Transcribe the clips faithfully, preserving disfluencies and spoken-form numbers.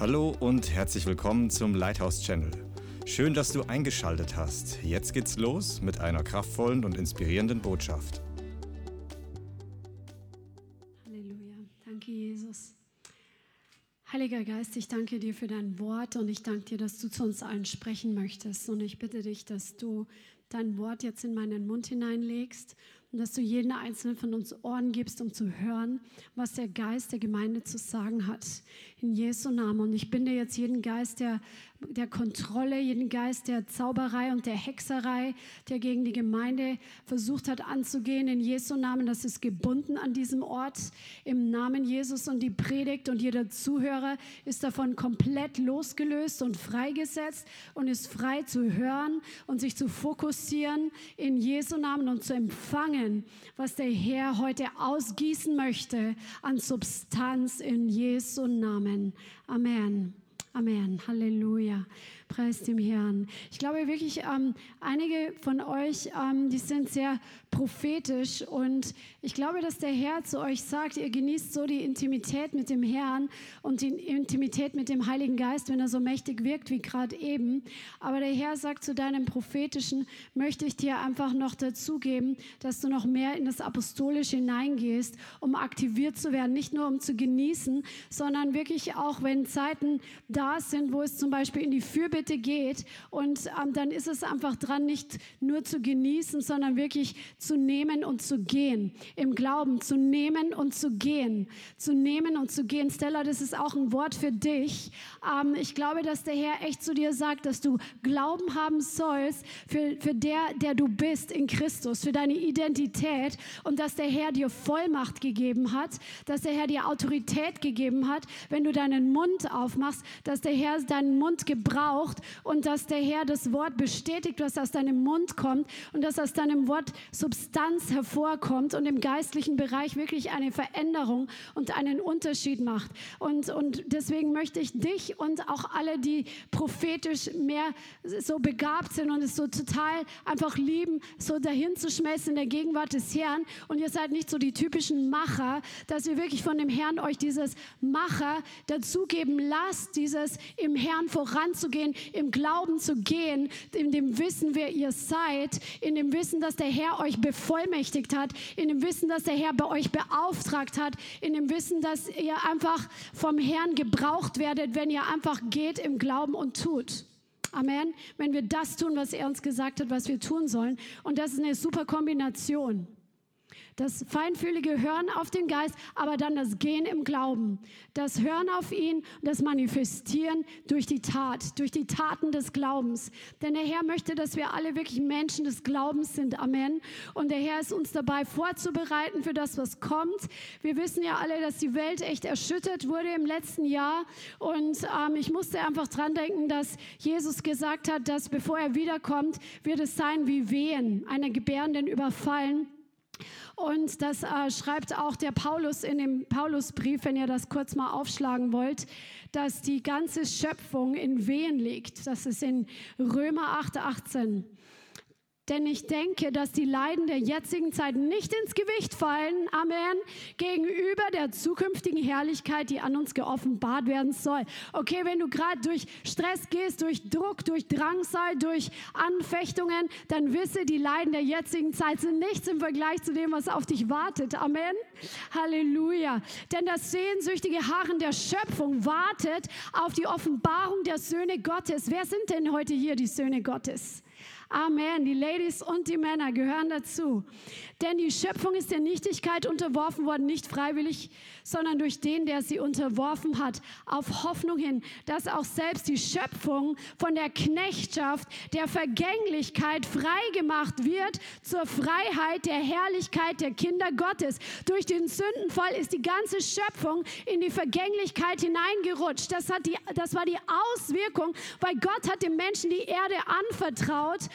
Hallo und herzlich willkommen zum Lighthouse Channel. Schön, dass du eingeschaltet hast. Jetzt geht's los mit einer kraftvollen und inspirierenden Botschaft. Halleluja. Danke, Jesus. Heiliger Geist, ich danke dir für dein Wort und ich danke dir, dass du zu uns allen sprechen möchtest. Und ich bitte dich, dass du dein Wort jetzt in meinen Mund hineinlegst und dass du jeden einzelnen von uns Ohren gibst, um zu hören, was der Geist der Gemeinde zu sagen hat. In Jesu Namen. Und ich binde jetzt jeden Geist der, der Kontrolle, jeden Geist der Zauberei und der Hexerei, der gegen die Gemeinde versucht hat anzugehen. In Jesu Namen, das ist gebunden an diesem Ort. Im Namen Jesus, und die Predigt und jeder Zuhörer ist davon komplett losgelöst und freigesetzt und ist frei zu hören und sich zu fokussieren in Jesu Namen und zu empfangen, was der Herr heute ausgießen möchte an Substanz in Jesu Namen. Amen. Amen. Halleluja. Preis dem Herrn. Ich glaube wirklich, ähm, einige von euch, ähm, die sind sehr prophetisch und ich glaube, dass der Herr zu euch sagt, ihr genießt so die Intimität mit dem Herrn und die Intimität mit dem Heiligen Geist, wenn er so mächtig wirkt wie gerade eben. Aber der Herr sagt zu deinem Prophetischen, möchte ich dir einfach noch dazugeben, dass du noch mehr in das Apostolische hineingehst, um aktiviert zu werden, nicht nur um zu genießen, sondern wirklich auch, wenn Zeiten da sind, wo es zum Beispiel in die Fürbitte geht und ähm, dann ist es einfach dran, nicht nur zu genießen, sondern wirklich zu nehmen und zu gehen. Im Glauben zu nehmen und zu gehen. Zu nehmen und zu gehen. Stella, das ist auch ein Wort für dich. Ähm, ich glaube, dass der Herr echt zu dir sagt, dass du Glauben haben sollst für, für der, der du bist in Christus, für deine Identität und dass der Herr dir Vollmacht gegeben hat, dass der Herr dir Autorität gegeben hat, wenn du deinen Mund aufmachst, dass der Herr deinen Mund gebraucht und dass der Herr das Wort bestätigt, was aus deinem Mund kommt und dass aus deinem Wort Substanz hervorkommt und im geistlichen Bereich wirklich eine Veränderung und einen Unterschied macht. Und, und deswegen möchte ich dich und auch alle, die prophetisch mehr so begabt sind und es so total einfach lieben, so dahin zu schmelzen in der Gegenwart des Herrn. Und ihr seid nicht so die typischen Macher, dass ihr wirklich von dem Herrn euch dieses Macher dazugeben lasst, dieses im Herrn voranzugehen, im Glauben zu gehen, in dem Wissen, wer ihr seid, in dem Wissen, dass der Herr euch bevollmächtigt hat, in dem Wissen, dass der Herr bei euch beauftragt hat, in dem Wissen, dass ihr einfach vom Herrn gebraucht werdet, wenn ihr einfach geht im Glauben und tut. Amen. Wenn wir das tun, was er uns gesagt hat, was wir tun sollen. Und das ist eine super Kombination. Das feinfühlige Hören auf den Geist, aber dann das Gehen im Glauben. Das Hören auf ihn, das Manifestieren durch die Tat, durch die Taten des Glaubens. Denn der Herr möchte, dass wir alle wirklich Menschen des Glaubens sind. Amen. Und der Herr ist uns dabei vorzubereiten für das, was kommt. Wir wissen ja alle, dass die Welt echt erschüttert wurde im letzten Jahr. Und ähm, ich musste einfach dran denken, dass Jesus gesagt hat, dass bevor er wiederkommt, wird es sein wie Wehen, einer Gebärenden überfallen. Und das äh, schreibt auch der Paulus in dem Paulusbrief, wenn ihr das kurz mal aufschlagen wollt, dass die ganze Schöpfung in Wehen liegt. Das ist in Römer acht, achtzehn. Denn ich denke, dass die Leiden der jetzigen Zeit nicht ins Gewicht fallen, Amen, gegenüber der zukünftigen Herrlichkeit, die an uns geoffenbart werden soll. Okay, wenn du gerade durch Stress gehst, durch Druck, durch Drangsal, durch Anfechtungen, dann wisse, die Leiden der jetzigen Zeit sind nichts im Vergleich zu dem, was auf dich wartet. Amen. Halleluja. Denn das sehnsüchtige Harren der Schöpfung wartet auf die Offenbarung der Söhne Gottes. Wer sind denn heute hier die Söhne Gottes? Amen. Die Ladies und die Männer gehören dazu. Denn die Schöpfung ist der Nichtigkeit unterworfen worden, nicht freiwillig, sondern durch den, der sie unterworfen hat, auf Hoffnung hin, dass auch selbst die Schöpfung von der Knechtschaft der Vergänglichkeit freigemacht wird zur Freiheit der Herrlichkeit der Kinder Gottes. Durch den Sündenfall ist die ganze Schöpfung in die Vergänglichkeit hineingerutscht. Das hat die, das war die Auswirkung, weil Gott hat dem Menschen die Erde anvertraut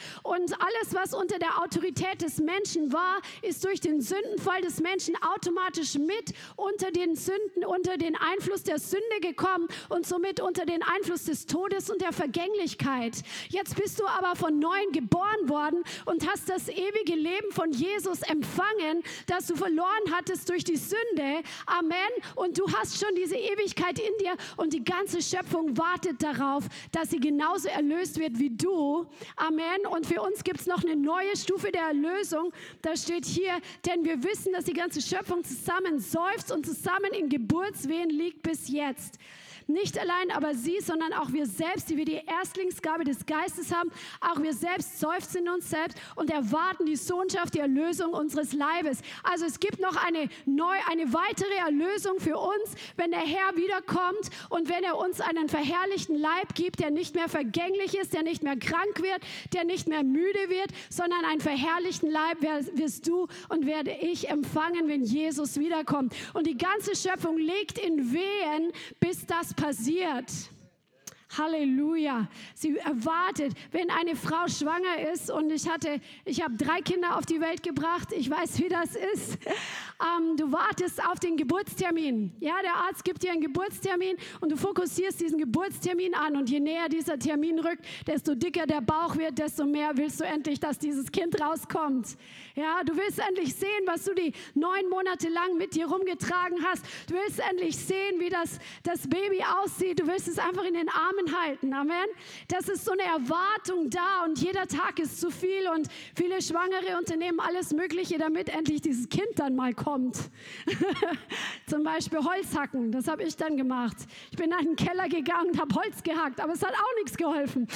Und alles, was unter der Autorität des Menschen war, ist durch den Sündenfall des Menschen automatisch mit unter den Sünden, unter den Einfluss der Sünde gekommen und somit unter den Einfluss des Todes und der Vergänglichkeit. Jetzt bist du aber von Neuem geboren worden und hast das ewige Leben von Jesus empfangen, das du verloren hattest durch die Sünde. Amen. Und du hast schon diese Ewigkeit in dir und die ganze Schöpfung wartet darauf, dass sie genauso erlöst wird wie du. Amen. Und für uns gibt es noch eine neue Stufe der Erlösung. Da steht hier, denn wir wissen, dass die ganze Schöpfung zusammen seufzt und zusammen in Geburtswehen liegt bis jetzt. Nicht allein aber sie, sondern auch wir selbst, die wir die Erstlingsgabe des Geistes haben, auch wir selbst seufzen in uns selbst und erwarten die Sohnschaft, die Erlösung unseres Leibes. Also es gibt noch eine, neu, eine weitere Erlösung für uns, wenn der Herr wiederkommt und wenn er uns einen verherrlichten Leib gibt, der nicht mehr vergänglich ist, der nicht mehr krank wird, der nicht mehr müde wird, sondern einen verherrlichten Leib wirst du und werde ich empfangen, wenn Jesus wiederkommt. Und die ganze Schöpfung liegt in Wehen, bis das passiert. Halleluja. Sie erwartet, wenn eine Frau schwanger ist und ich hatte, ich habe drei Kinder auf die Welt gebracht, ich weiß, wie das ist. Ähm, du wartest auf den Geburtstermin. Ja, der Arzt gibt dir einen Geburtstermin und du fokussierst diesen Geburtstermin an und je näher dieser Termin rückt, desto dicker der Bauch wird, desto mehr willst du endlich, dass dieses Kind rauskommt. Ja, du willst endlich sehen, was du die neun Monate lang mit dir rumgetragen hast. Du willst endlich sehen, wie das, das Baby aussieht. Du willst es einfach in den Armen halten. Amen. Das ist so eine Erwartung da und jeder Tag ist zu viel und viele Schwangere unternehmen alles Mögliche, damit endlich dieses Kind dann mal kommt. Zum Beispiel Holz hacken, das habe ich dann gemacht. Ich bin in den Keller gegangen und habe Holz gehackt, aber es hat auch nichts geholfen.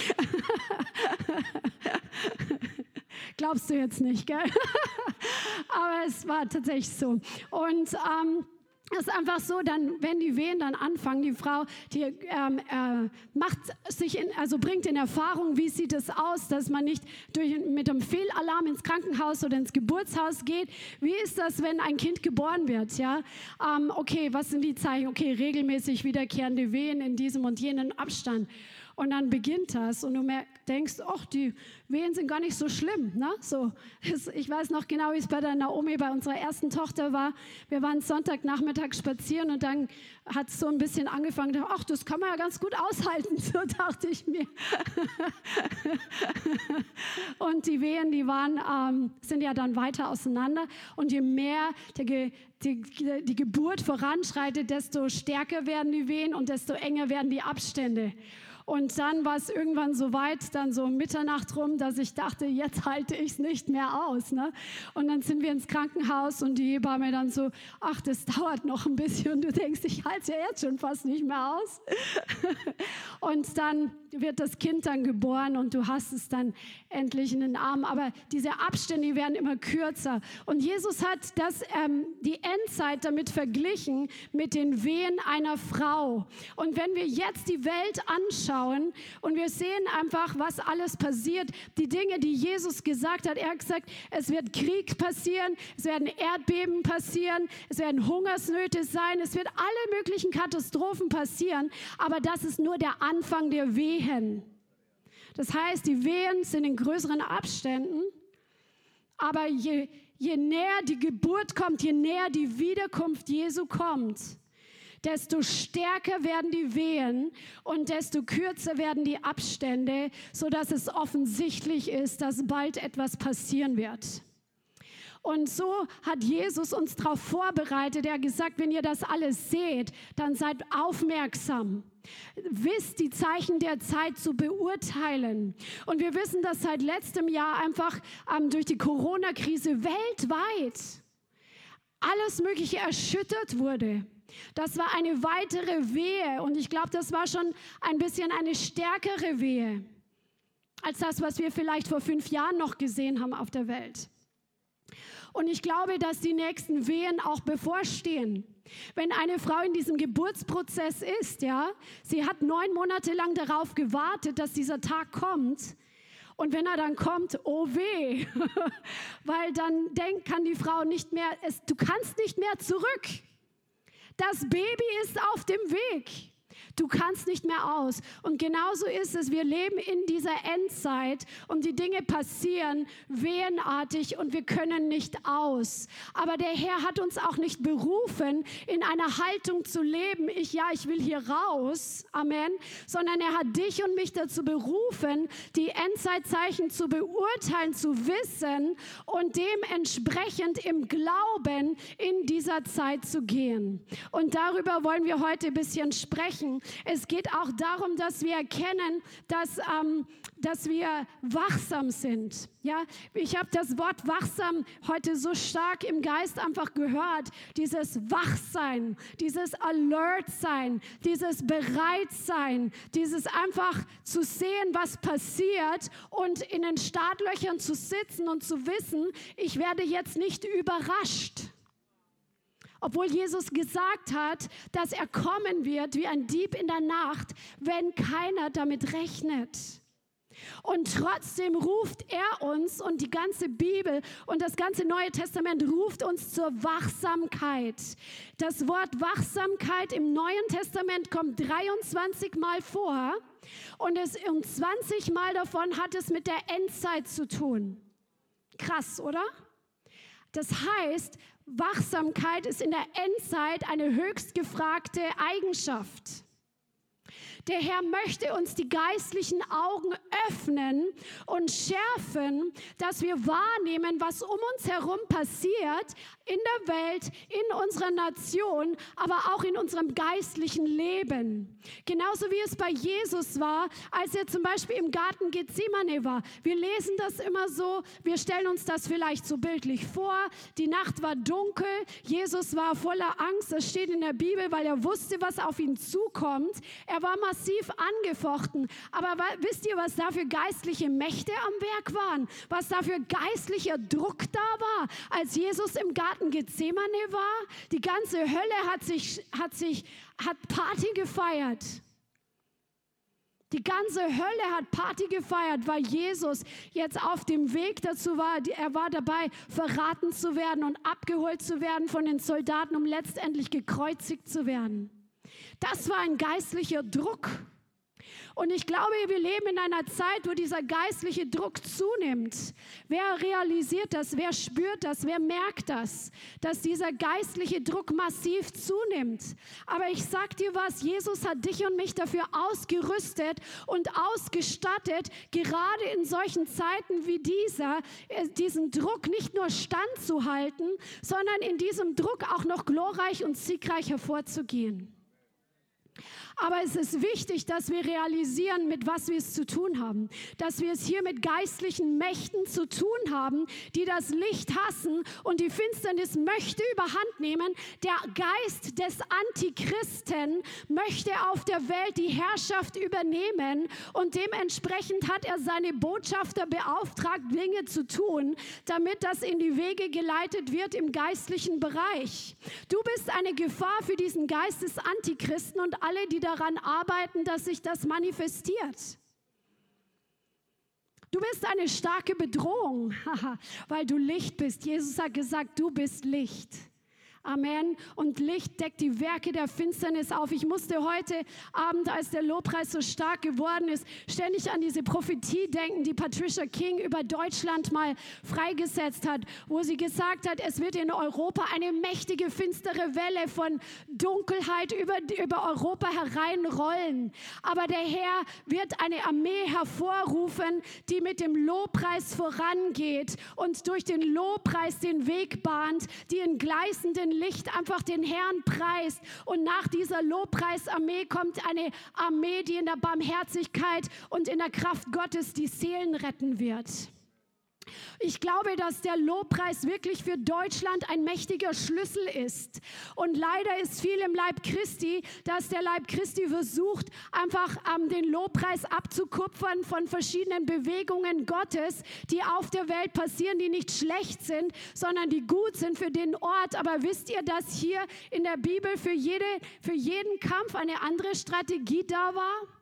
Glaubst du jetzt nicht, gell? Aber es war tatsächlich so. Und ähm, es ist einfach so, dann, wenn die Wehen dann anfangen, die Frau, die ähm, äh, macht sich in, also bringt in Erfahrung, wie sieht es aus, dass man nicht durch, mit einem Fehlalarm ins Krankenhaus oder ins Geburtshaus geht. Wie ist das, wenn ein Kind geboren wird? Ja? Ähm, okay, was sind die Zeichen? Okay, regelmäßig wiederkehrende Wehen in diesem und jenen Abstand. Und dann beginnt das und du denkst, ach, die Wehen sind gar nicht so schlimm. Ne? So, ich weiß noch genau, wie es bei der Naomi, bei unserer ersten Tochter war. Wir waren Sonntagnachmittag spazieren und dann hat es so ein bisschen angefangen, ach, das kann man ja ganz gut aushalten, so dachte ich mir. Und die Wehen, die waren, ähm, sind ja dann weiter auseinander und je mehr der Ge Die, die Geburt voranschreitet, desto stärker werden die Wehen und desto enger werden die Abstände. Und dann war es irgendwann so weit, dann so um Mitternacht rum, dass ich dachte, jetzt halte ich es nicht mehr aus. Ne? Und dann sind wir ins Krankenhaus und die Hebamme dann so, ach, das dauert noch ein bisschen. Und du denkst, ich halte es ja jetzt schon fast nicht mehr aus. Und dann wird das Kind dann geboren und du hast es dann endlich in den Armen. Aber diese Abstände, die werden immer kürzer. Und Jesus hat das, ähm, die Endzeit damit verglichen mit den Wehen einer Frau. Und wenn wir jetzt die Welt anschauen und wir sehen einfach, was alles passiert, die Dinge, die Jesus gesagt hat. Er hat gesagt, es wird Krieg passieren, es werden Erdbeben passieren, es werden Hungersnöte sein, es wird alle möglichen Katastrophen passieren. Aber das ist nur der Anfang der Wehen. Das heißt, die Wehen sind in größeren Abständen, aber je, je näher die Geburt kommt, je näher die Wiederkunft Jesu kommt, desto stärker werden die Wehen und desto kürzer werden die Abstände, sodass es offensichtlich ist, dass bald etwas passieren wird. Und so hat Jesus uns darauf vorbereitet. Er hat gesagt, wenn ihr das alles seht, dann seid aufmerksam. Wisst die Zeichen der Zeit zu beurteilen. Und wir wissen, dass seit letztem Jahr einfach ähm, durch die Corona-Krise weltweit alles Mögliche erschüttert wurde. Das war eine weitere Wehe und ich glaube, das war schon ein bisschen eine stärkere Wehe als das, was wir vielleicht vor fünf Jahren noch gesehen haben auf der Welt. Und ich glaube, dass die nächsten Wehen auch bevorstehen. Wenn eine Frau in diesem Geburtsprozess ist, ja, sie hat neun Monate lang darauf gewartet, dass dieser Tag kommt. Und wenn er dann kommt, oh weh, weil dann denkt, kann die Frau nicht mehr, es, du kannst nicht mehr zurück. Das Baby ist auf dem Weg. du kannst nicht mehr aus. Und genauso ist es, wir leben in dieser Endzeit und die Dinge passieren wehenartig und wir können nicht aus. Aber der Herr hat uns auch nicht berufen, in einer Haltung zu leben, ich, ja, ich will hier raus, Amen, sondern er hat dich und mich dazu berufen, die Endzeitzeichen zu beurteilen, zu wissen und dementsprechend im Glauben in dieser Zeit zu gehen. Und darüber wollen wir heute ein bisschen sprechen. Es geht auch darum, dass wir erkennen, dass, ähm, dass wir wachsam sind. Ja, ich habe das Wort wachsam heute so stark im Geist einfach gehört. Dieses Wachsein, dieses Alertsein, dieses Bereitsein, dieses einfach zu sehen, was passiert und in den Startlöchern zu sitzen und zu wissen, ich werde jetzt nicht überrascht. Obwohl Jesus gesagt hat, dass er kommen wird wie ein Dieb in der Nacht, wenn keiner damit rechnet. Und trotzdem ruft er uns und die ganze Bibel und das ganze Neue Testament ruft uns zur Wachsamkeit. Das Wort Wachsamkeit im Neuen Testament kommt dreiundzwanzig Mal vor und es um zwanzig Mal davon hat es mit der Endzeit zu tun. Krass, oder? Das heißt, Wachsamkeit ist in der Endzeit eine höchst gefragte Eigenschaft. Der Herr möchte uns die geistlichen Augen öffnen und schärfen, dass wir wahrnehmen, was um uns herum passiert, in der Welt, in unserer Nation, aber auch in unserem geistlichen Leben. Genauso wie es bei Jesus war, als er zum Beispiel im Garten Gethsemane war. Wir lesen das immer so, wir stellen uns das vielleicht so bildlich vor. Die Nacht war dunkel, Jesus war voller Angst, das steht in der Bibel, weil er wusste, was auf ihn zukommt. Er war massiv angefochten. Aber wisst ihr, was da für geistliche Mächte am Werk waren? Was da für geistlicher Druck da war, als Jesus im Garten Gethsemane war? Die ganze Hölle hat sich, hat sich, hat Party gefeiert. Die ganze Hölle hat Party gefeiert, weil Jesus jetzt auf dem Weg dazu war. Er war dabei, verraten zu werden und abgeholt zu werden von den Soldaten, um letztendlich gekreuzigt zu werden. Das war ein geistlicher Druck. Und ich glaube, wir leben in einer Zeit, wo dieser geistliche Druck zunimmt. Wer realisiert das? Wer spürt das? Wer merkt das? Dass dieser geistliche Druck massiv zunimmt. Aber ich sag dir was, Jesus hat dich und mich dafür ausgerüstet und ausgestattet, gerade in solchen Zeiten wie dieser, diesen Druck nicht nur standzuhalten, sondern in diesem Druck auch noch glorreich und siegreich hervorzugehen. Aber es ist wichtig, dass wir realisieren, mit was wir es zu tun haben. Dass wir es hier mit geistlichen Mächten zu tun haben, die das Licht hassen und die Finsternis möchte überhand nehmen. Der Geist des Antichristen möchte auf der Welt die Herrschaft übernehmen und dementsprechend hat er seine Botschafter beauftragt, Dinge zu tun, damit das in die Wege geleitet wird im geistlichen Bereich. Du bist eine Gefahr für diesen Geist des Antichristen und alle, die daran arbeiten, dass sich das manifestiert. Du bist eine starke Bedrohung, weil du Licht bist. Jesus hat gesagt, du bist Licht. Amen. Und Licht deckt die Werke der Finsternis auf. Ich musste heute Abend, als der Lobpreis so stark geworden ist, ständig an diese Prophetie denken, die Patricia King über Deutschland mal freigesetzt hat, wo sie gesagt hat, es wird in Europa eine mächtige, finstere Welle von Dunkelheit über, über Europa hereinrollen. Aber der Herr wird eine Armee hervorrufen, die mit dem Lobpreis vorangeht und durch den Lobpreis den Weg bahnt, die in gleißenden Licht einfach den Herrn preist. Und nach dieser Lobpreisarmee kommt eine Armee, die in der Barmherzigkeit und in der Kraft Gottes die Seelen retten wird. Ich glaube, dass der Lobpreis wirklich für Deutschland ein mächtiger Schlüssel ist. Und leider ist viel im Leib Christi, dass der Leib Christi versucht, einfach ähm, den Lobpreis abzukupfern von verschiedenen Bewegungen Gottes, die auf der Welt passieren, die nicht schlecht sind, sondern die gut sind für den Ort. Aber wisst ihr, dass hier in der Bibel für, jede, für jeden Kampf eine andere Strategie da war?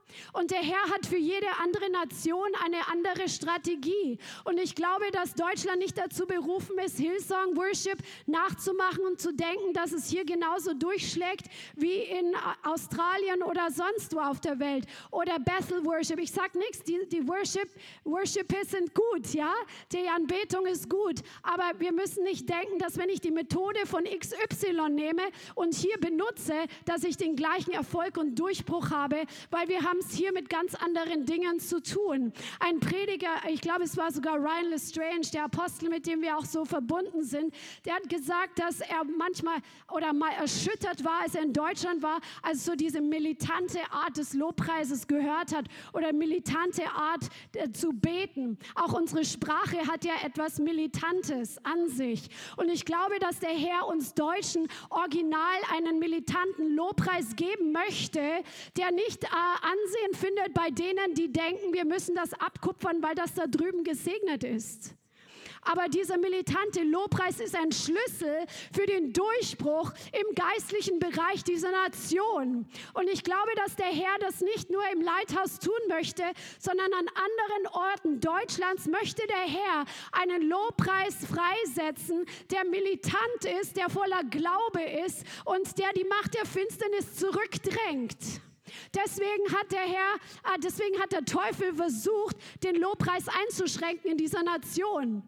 Und der Herr hat für jede andere Nation eine andere Strategie. Und ich glaube, dass Deutschland nicht dazu berufen ist, Hillsong Worship nachzumachen und zu denken, dass es hier genauso durchschlägt wie in Australien oder sonst wo auf der Welt. Oder Bethel Worship. Ich sage nichts, die, die Worship, Worshippers sind gut, ja? Die Anbetung ist gut. Aber wir müssen nicht denken, dass wenn ich die Methode von X Y nehme und hier benutze, dass ich den gleichen Erfolg und Durchbruch habe, weil wir haben es hier mit ganz anderen Dingen zu tun. Ein Prediger, ich glaube, es war sogar Ryan Lestrange, der Apostel, mit dem wir auch so verbunden sind, der hat gesagt, dass er manchmal oder mal erschüttert war, als er in Deutschland war, als so diese militante Art des Lobpreises gehört hat oder militante Art äh, zu beten. Auch unsere Sprache hat ja etwas Militantes an sich. Und ich glaube, dass der Herr uns Deutschen original einen militanten Lobpreis geben möchte, der nicht äh, Ansehen findet bei denen, die denken, wir müssen das abkupfern, weil das da drüben gesegnet ist. Aber dieser militante Lobpreis ist ein Schlüssel für den Durchbruch im geistlichen Bereich dieser Nation. Und ich glaube, dass der Herr das nicht nur im Leithaus tun möchte, sondern an anderen Orten Deutschlands möchte der Herr einen Lobpreis freisetzen, der militant ist, der voller Glaube ist und der die Macht der Finsternis zurückdrängt. Deswegen hat der Herr, deswegen hat der Teufel versucht, den Lobpreis einzuschränken in dieser Nation.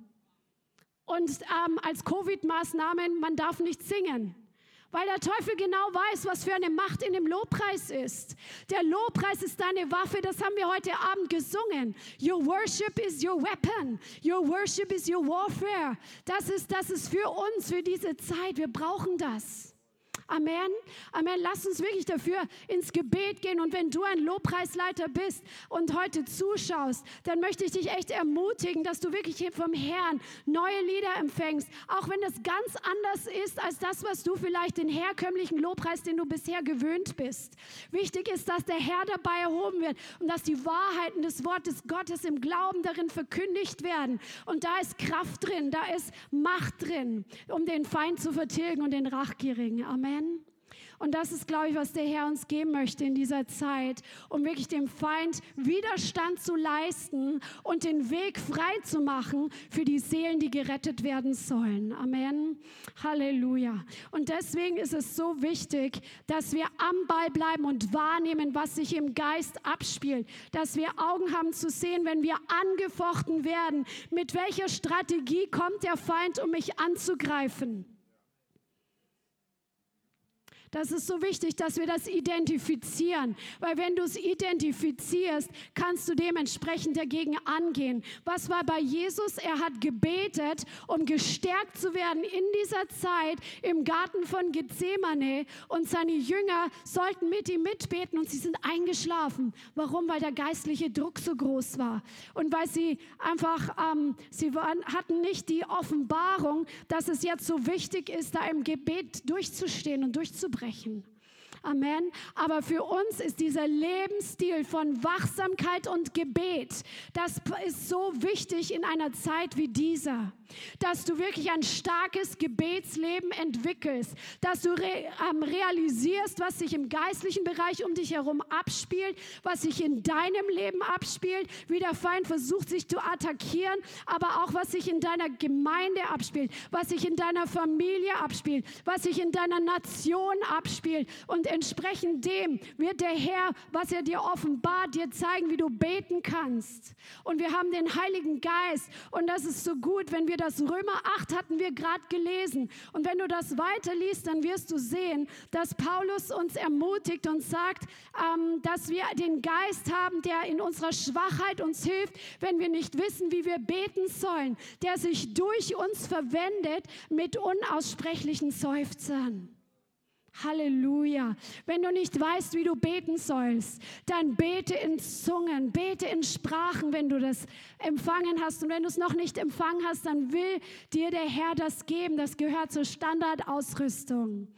Und ähm, als Covid-Maßnahmen, man darf nicht singen. Weil der Teufel genau weiß, was für eine Macht in dem Lobpreis ist. Der Lobpreis ist deine Waffe, das haben wir heute Abend gesungen. Your worship is your weapon. Your worship is your warfare. Das ist, das ist für uns, für diese Zeit. Wir brauchen das. Amen. Amen. Lass uns wirklich dafür ins Gebet gehen. Und wenn du ein Lobpreisleiter bist und heute zuschaust, dann möchte ich dich echt ermutigen, dass du wirklich vom Herrn neue Lieder empfängst. Auch wenn das ganz anders ist als das, was du vielleicht den herkömmlichen Lobpreis, den du bisher gewöhnt bist. Wichtig ist, dass der Herr dabei erhoben wird und dass die Wahrheiten des Wortes Gottes im Glauben darin verkündigt werden. Und da ist Kraft drin, da ist Macht drin, um den Feind zu vertilgen und den Rachgierigen. Amen. Und das ist, glaube ich, was der Herr uns geben möchte in dieser Zeit, um wirklich dem Feind Widerstand zu leisten und den Weg frei zu machen für die Seelen, die gerettet werden sollen. Amen. Halleluja. Und deswegen ist es so wichtig, dass wir am Ball bleiben und wahrnehmen, was sich im Geist abspielt. Dass wir Augen haben zu sehen, wenn wir angefochten werden. Mit welcher Strategie kommt der Feind, um mich anzugreifen? Das ist so wichtig, dass wir das identifizieren, weil wenn du es identifizierst, kannst du dementsprechend dagegen angehen. Was war bei Jesus? Er hat gebetet, um gestärkt zu werden in dieser Zeit im Garten von Gethsemane und seine Jünger sollten mit ihm mitbeten und sie sind eingeschlafen. Warum? Weil der geistliche Druck so groß war und weil sie einfach, ähm, sie waren, hatten nicht die Offenbarung, dass es jetzt so wichtig ist, da im Gebet durchzustehen und durchzubrechen. Amen. Aber für uns ist dieser Lebensstil von Wachsamkeit und Gebet, das ist so wichtig in einer Zeit wie dieser, dass du wirklich ein starkes Gebetsleben entwickelst, dass du re, ähm, realisierst, was sich im geistlichen Bereich um dich herum abspielt, was sich in deinem Leben abspielt, wie der Feind versucht, sich zu attackieren, aber auch, was sich in deiner Gemeinde abspielt, was sich in deiner Familie abspielt, was sich in deiner Nation abspielt. Und entsprechend dem wird der Herr, was er dir offenbart, dir zeigen, wie du beten kannst. Und wir haben den Heiligen Geist und das ist so gut, wenn wir das Römer acht hatten wir gerade gelesen. Und wenn du das weiterliest, dann wirst du sehen, dass Paulus uns ermutigt und sagt, ähm, dass wir den Geist haben, der in unserer Schwachheit uns hilft, wenn wir nicht wissen, wie wir beten sollen, der sich durch uns verwendet mit unaussprechlichen Seufzern. Halleluja. Wenn du nicht weißt, wie du beten sollst, dann bete in Zungen, bete in Sprachen, wenn du das empfangen hast. Und wenn du es noch nicht empfangen hast, dann will dir der Herr das geben. Das gehört zur Standardausrüstung.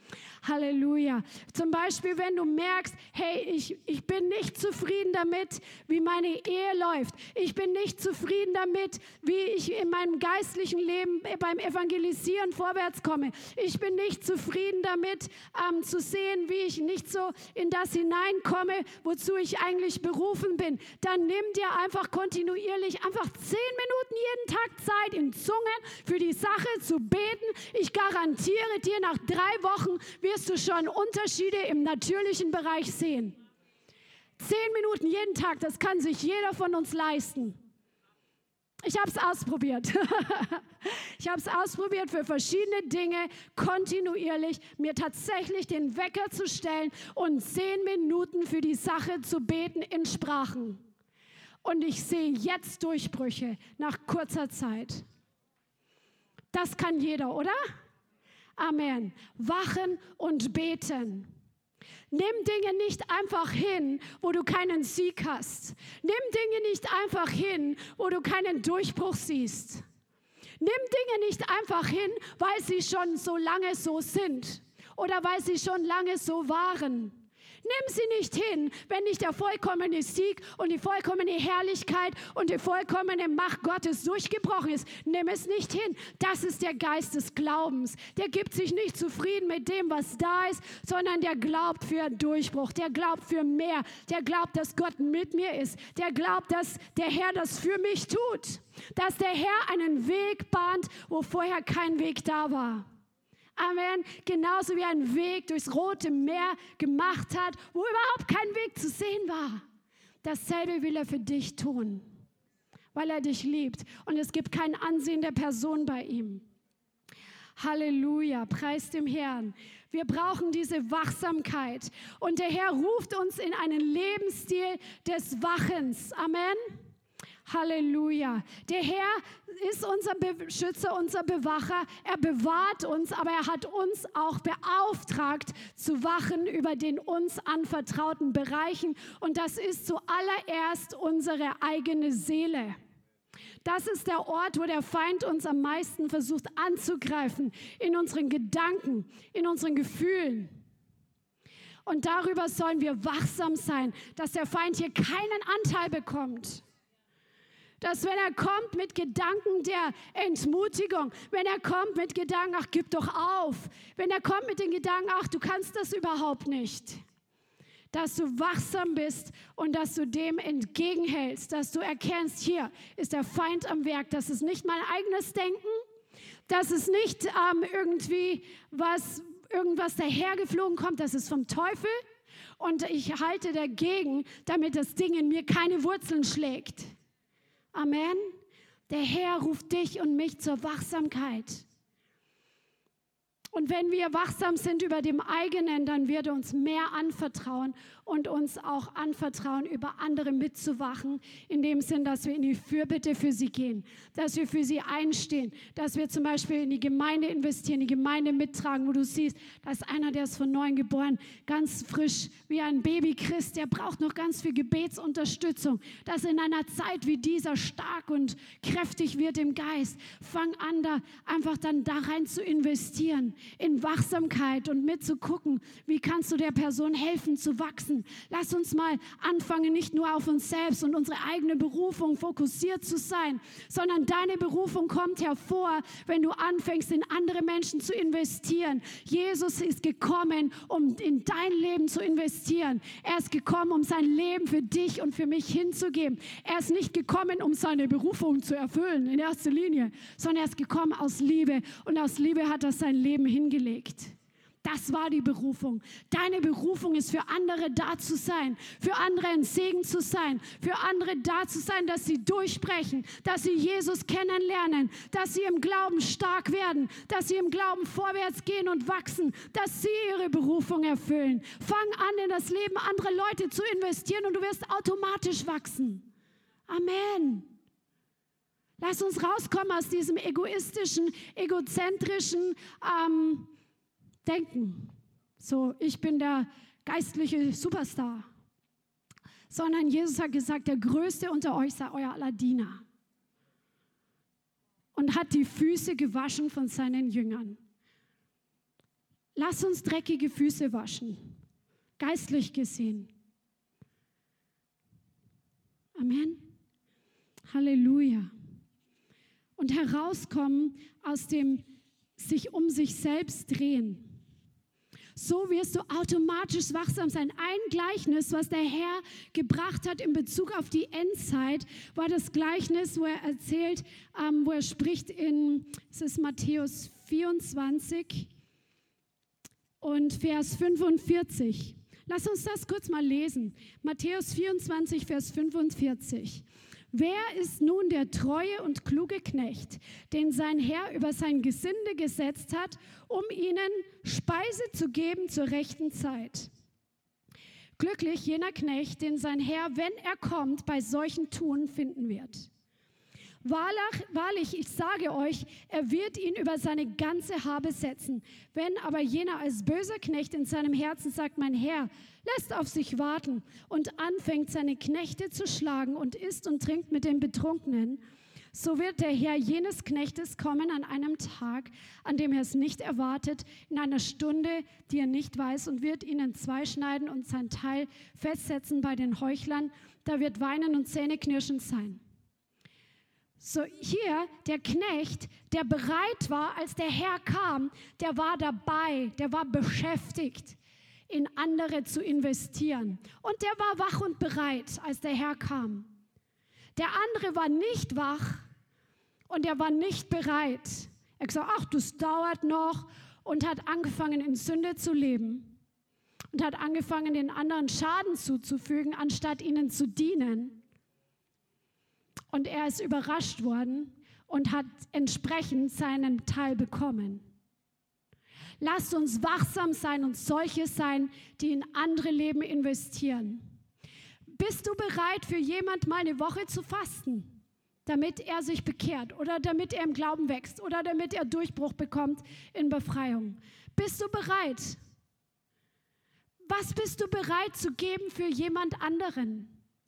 Halleluja. Zum Beispiel, wenn du merkst, hey, ich, ich bin nicht zufrieden damit, wie meine Ehe läuft. Ich bin nicht zufrieden damit, wie ich in meinem geistlichen Leben beim Evangelisieren vorwärts komme. Ich bin nicht zufrieden damit, ähm, zu sehen, wie ich nicht so in das hineinkomme, wozu ich eigentlich berufen bin. Dann nimm dir einfach kontinuierlich einfach zehn Minuten jeden Tag Zeit in Zungen für die Sache zu beten. Ich garantiere dir, nach drei Wochen wirst du schon Unterschiede im natürlichen Bereich sehen. Zehn Minuten jeden Tag, das kann sich jeder von uns leisten. Ich habe es ausprobiert. Ich habe es ausprobiert für verschiedene Dinge, kontinuierlich mir tatsächlich den Wecker zu stellen und zehn Minuten für die Sache zu beten in Sprachen. Und ich sehe jetzt Durchbrüche nach kurzer Zeit. Das kann jeder, oder? Amen. Wachen und beten. Nimm Dinge nicht einfach hin, wo du keinen Sieg hast. Nimm Dinge nicht einfach hin, wo du keinen Durchbruch siehst. Nimm Dinge nicht einfach hin, weil sie schon so lange so sind oder weil sie schon lange so waren. Nimm sie nicht hin, wenn nicht der vollkommene Sieg und die vollkommene Herrlichkeit und die vollkommene Macht Gottes durchgebrochen ist. Nimm es nicht hin. Das ist der Geist des Glaubens. Der gibt sich nicht zufrieden mit dem, was da ist, sondern der glaubt für Durchbruch. Der glaubt für mehr. Der glaubt, dass Gott mit mir ist. Der glaubt, dass der Herr das für mich tut. Dass der Herr einen Weg bahnt, wo vorher kein Weg da war. Amen. Genauso wie ein Weg durchs Rote Meer gemacht hat, wo überhaupt kein Weg zu sehen war. Dasselbe will er für dich tun, weil er dich liebt. Und es gibt kein Ansehen der Person bei ihm. Halleluja, preis dem Herrn. Wir brauchen diese Wachsamkeit. Und der Herr ruft uns in einen Lebensstil des Wachens. Amen. Halleluja. Der Herr ist unser Beschützer, unser Bewacher. Er bewahrt uns, aber er hat uns auch beauftragt, zu wachen über den uns anvertrauten Bereichen. Und das ist zuallererst unsere eigene Seele. Das ist der Ort, wo der Feind uns am meisten versucht anzugreifen, in unseren Gedanken, in unseren Gefühlen. Und darüber sollen wir wachsam sein, dass der Feind hier keinen Anteil bekommt. Dass wenn er kommt mit Gedanken der Entmutigung, wenn er kommt mit Gedanken, ach, gib doch auf, wenn er kommt mit den Gedanken, ach, du kannst das überhaupt nicht, dass du wachsam bist und dass du dem entgegenhältst, dass du erkennst, hier ist der Feind am Werk, das ist nicht mein eigenes Denken, das ist nicht ähm, irgendwie was, irgendwas dahergeflogen kommt, das ist vom Teufel und ich halte dagegen, damit das Ding in mir keine Wurzeln schlägt. Amen. Der Herr ruft dich und mich zur Wachsamkeit. Und wenn wir wachsam sind über dem eigenen, dann wird er uns mehr anvertrauen und uns auch anvertrauen, über andere mitzuwachen, in dem Sinn, dass wir in die Fürbitte für sie gehen, dass wir für sie einstehen, dass wir zum Beispiel in die Gemeinde investieren, die Gemeinde mittragen, wo du siehst, da ist einer, der ist von neuem geboren, ganz frisch, wie ein Babychrist, der braucht noch ganz viel Gebetsunterstützung, dass in einer Zeit wie dieser stark und kräftig wird im Geist. Fang an, da einfach dann da rein zu investieren, in Wachsamkeit und mitzugucken, wie kannst du der Person helfen zu wachsen. Lass uns mal anfangen, nicht nur auf uns selbst und unsere eigene Berufung fokussiert zu sein, sondern deine Berufung kommt hervor, wenn du anfängst, in andere Menschen zu investieren. Jesus ist gekommen, um in dein Leben zu investieren. Er ist gekommen, um sein Leben für dich und für mich hinzugeben. Er ist nicht gekommen, um seine Berufung zu erfüllen in erster Linie, sondern er ist gekommen aus Liebe und aus Liebe hat er sein Leben hingelegt. Das war die Berufung. Deine Berufung ist für andere da zu sein, für andere ein Segen zu sein, für andere da zu sein, dass sie durchbrechen, dass sie Jesus kennenlernen, dass sie im Glauben stark werden, dass sie im Glauben vorwärts gehen und wachsen, dass sie ihre Berufung erfüllen. Fang an, in das Leben anderer Leute zu investieren und du wirst automatisch wachsen. Amen. Lass uns rauskommen aus diesem egoistischen, egozentrischen ähm, Denken, so ich bin der geistliche Superstar, sondern Jesus hat gesagt, der Größte unter euch sei euer aller Diener und hat die Füße gewaschen von seinen Jüngern. Lass uns dreckige Füße waschen, geistlich gesehen. Amen. Halleluja. Und herauskommen aus dem sich um sich selbst drehen. So wirst du automatisch wachsam sein. Ein Gleichnis, was der Herr gebracht hat in Bezug auf die Endzeit, war das Gleichnis, wo er erzählt, ähm, wo er spricht in, es ist Matthäus vierundzwanzig und Vers fünfundvierzig. Lass uns das kurz mal lesen. Matthäus vierundzwanzig, Vers fünfundvierzig. Wer ist nun der treue und kluge Knecht, den sein Herr über sein Gesinde gesetzt hat, um ihnen Speise zu geben zur rechten Zeit? Glücklich jener Knecht, den sein Herr, wenn er kommt, bei solchen Tun finden wird. Wahrlich, wahrlich, ich sage euch, er wird ihn über seine ganze Habe setzen. Wenn aber jener als böser Knecht in seinem Herzen sagt, mein Herr, lässt auf sich warten und anfängt, seine Knechte zu schlagen und isst und trinkt mit den Betrunkenen, so wird der Herr jenes Knechtes kommen an einem Tag, an dem er es nicht erwartet, in einer Stunde, die er nicht weiß, und wird ihn in zwei schneiden und sein Teil festsetzen bei den Heuchlern. Da wird Weinen und Zähneknirschen sein. So hier der Knecht, der bereit war, als der Herr kam, der war dabei, der war beschäftigt, in andere zu investieren. Und der war wach und bereit, als der Herr kam. Der andere war nicht wach und er war nicht bereit. Er hat gesagt, ach, das dauert noch, und hat angefangen, in Sünde zu leben und hat angefangen, den anderen Schaden zuzufügen, anstatt ihnen zu dienen. Und er ist überrascht worden und hat entsprechend seinen Teil bekommen. Lasst uns wachsam sein und solche sein, die in andere Leben investieren. Bist du bereit, für jemand mal eine Woche zu fasten, damit er sich bekehrt oder damit er im Glauben wächst oder damit er Durchbruch bekommt in Befreiung? Bist du bereit? Was bist du bereit zu geben für jemand anderen?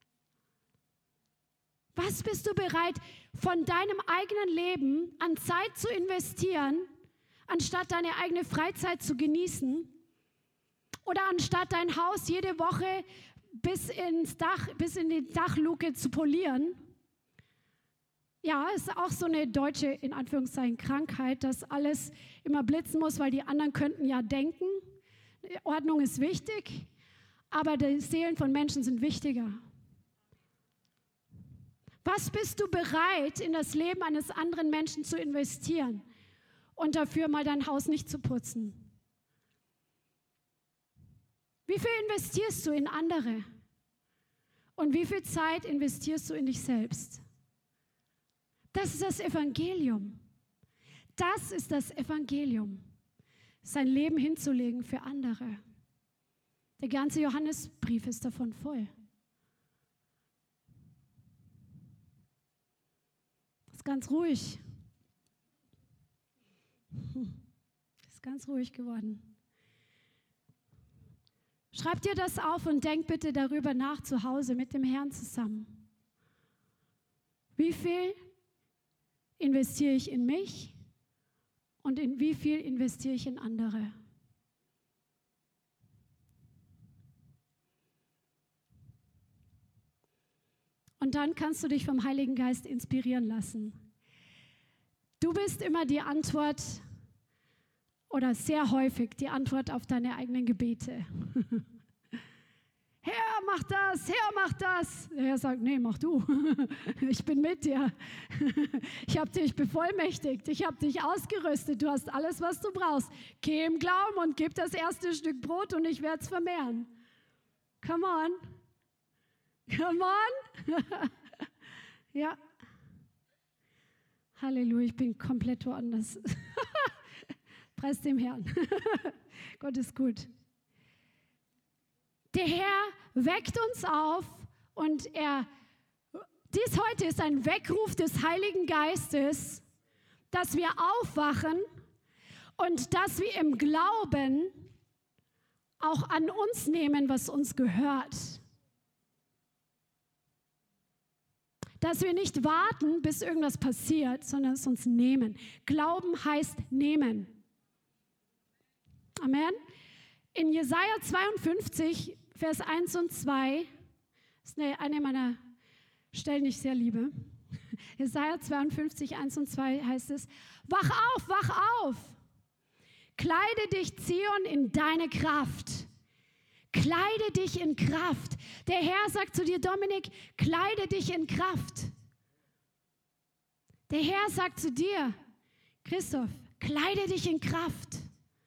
Was bist du bereit, von deinem eigenen Leben an Zeit zu investieren, anstatt deine eigene Freizeit zu genießen? Oder anstatt dein Haus jede Woche bis ins Dach, bis in die Dachluke zu polieren? Ja, ist auch so eine deutsche, in Anführungszeichen, Krankheit, dass alles immer blitzen muss, weil die anderen könnten ja denken. Ordnung ist wichtig, aber die Seelen von Menschen sind wichtiger. Was bist du bereit, in das Leben eines anderen Menschen zu investieren und dafür mal dein Haus nicht zu putzen? Wie viel investierst du in andere? Und wie viel Zeit investierst du in dich selbst? Das ist das Evangelium. Das ist das Evangelium. Sein Leben hinzulegen für andere. Der ganze Johannesbrief ist davon voll. Ganz ruhig. Ist ganz ruhig geworden. Schreib dir das auf und denk bitte darüber nach zu Hause mit dem Herrn zusammen. Wie viel investiere ich in mich und in wie viel investiere ich in andere? Und dann kannst du dich vom Heiligen Geist inspirieren lassen. Du bist immer die Antwort oder sehr häufig die Antwort auf deine eigenen Gebete. Herr, mach das, Herr, mach das. Der Herr sagt, nee, mach du. Ich bin mit dir. Ich habe dich bevollmächtigt, ich habe dich ausgerüstet, du hast alles, was du brauchst. Geh im Glauben und gib das erste Stück Brot und ich werde es vermehren. Come on. Come on. Ja. Halleluja, ich bin komplett woanders. Preis dem Herrn. Gott ist gut. Der Herr weckt uns auf und er, dies heute ist ein Weckruf des Heiligen Geistes, dass wir aufwachen und dass wir im Glauben auch an uns nehmen, was uns gehört. Dass wir nicht warten, bis irgendwas passiert, sondern es uns nehmen. Glauben heißt nehmen. Amen. In Jesaja zweiundfünfzig, Vers eins und zwei, das ist eine meiner Stellen, die ich sehr liebe. Jesaja zweiundfünfzig, eins und zwei heißt es, wach auf, wach auf, kleide dich, Zion, in deine Kraft. Kleide dich in Kraft. Der Herr sagt zu dir, Dominik, kleide dich in Kraft. Der Herr sagt zu dir, Christoph, kleide dich in Kraft.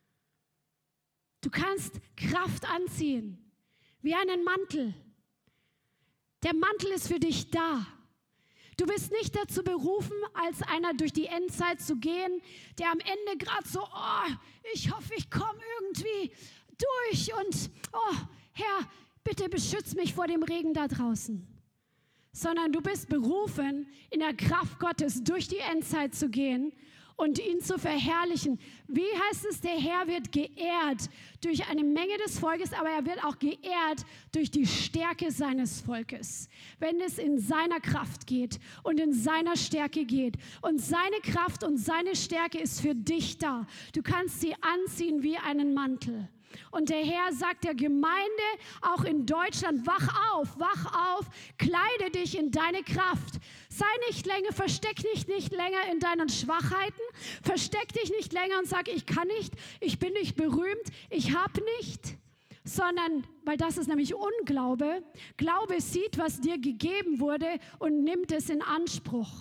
Du kannst Kraft anziehen, wie einen Mantel. Der Mantel ist für dich da. Du bist nicht dazu berufen, als einer durch die Endzeit zu gehen, der am Ende gerade so, oh, ich hoffe, ich komme irgendwie durch und, oh, Herr, bitte beschütz mich vor dem Regen da draußen. Sondern du bist berufen, in der Kraft Gottes durch die Endzeit zu gehen und ihn zu verherrlichen. Wie heißt es, der Herr wird geehrt durch eine Menge des Volkes, aber er wird auch geehrt durch die Stärke seines Volkes. Wenn es in seiner Kraft geht und in seiner Stärke geht. Und seine Kraft und seine Stärke ist für dich da. Du kannst sie anziehen wie einen Mantel. Und der Herr sagt der Gemeinde, auch in Deutschland, wach auf, wach auf, kleide dich in deine Kraft. Sei nicht länger, versteck dich nicht länger in deinen Schwachheiten, versteck dich nicht länger und sag, ich kann nicht, ich bin nicht berühmt, ich habe nicht, sondern, weil das ist nämlich Unglaube, Glaube sieht, was dir gegeben wurde und nimmt es in Anspruch.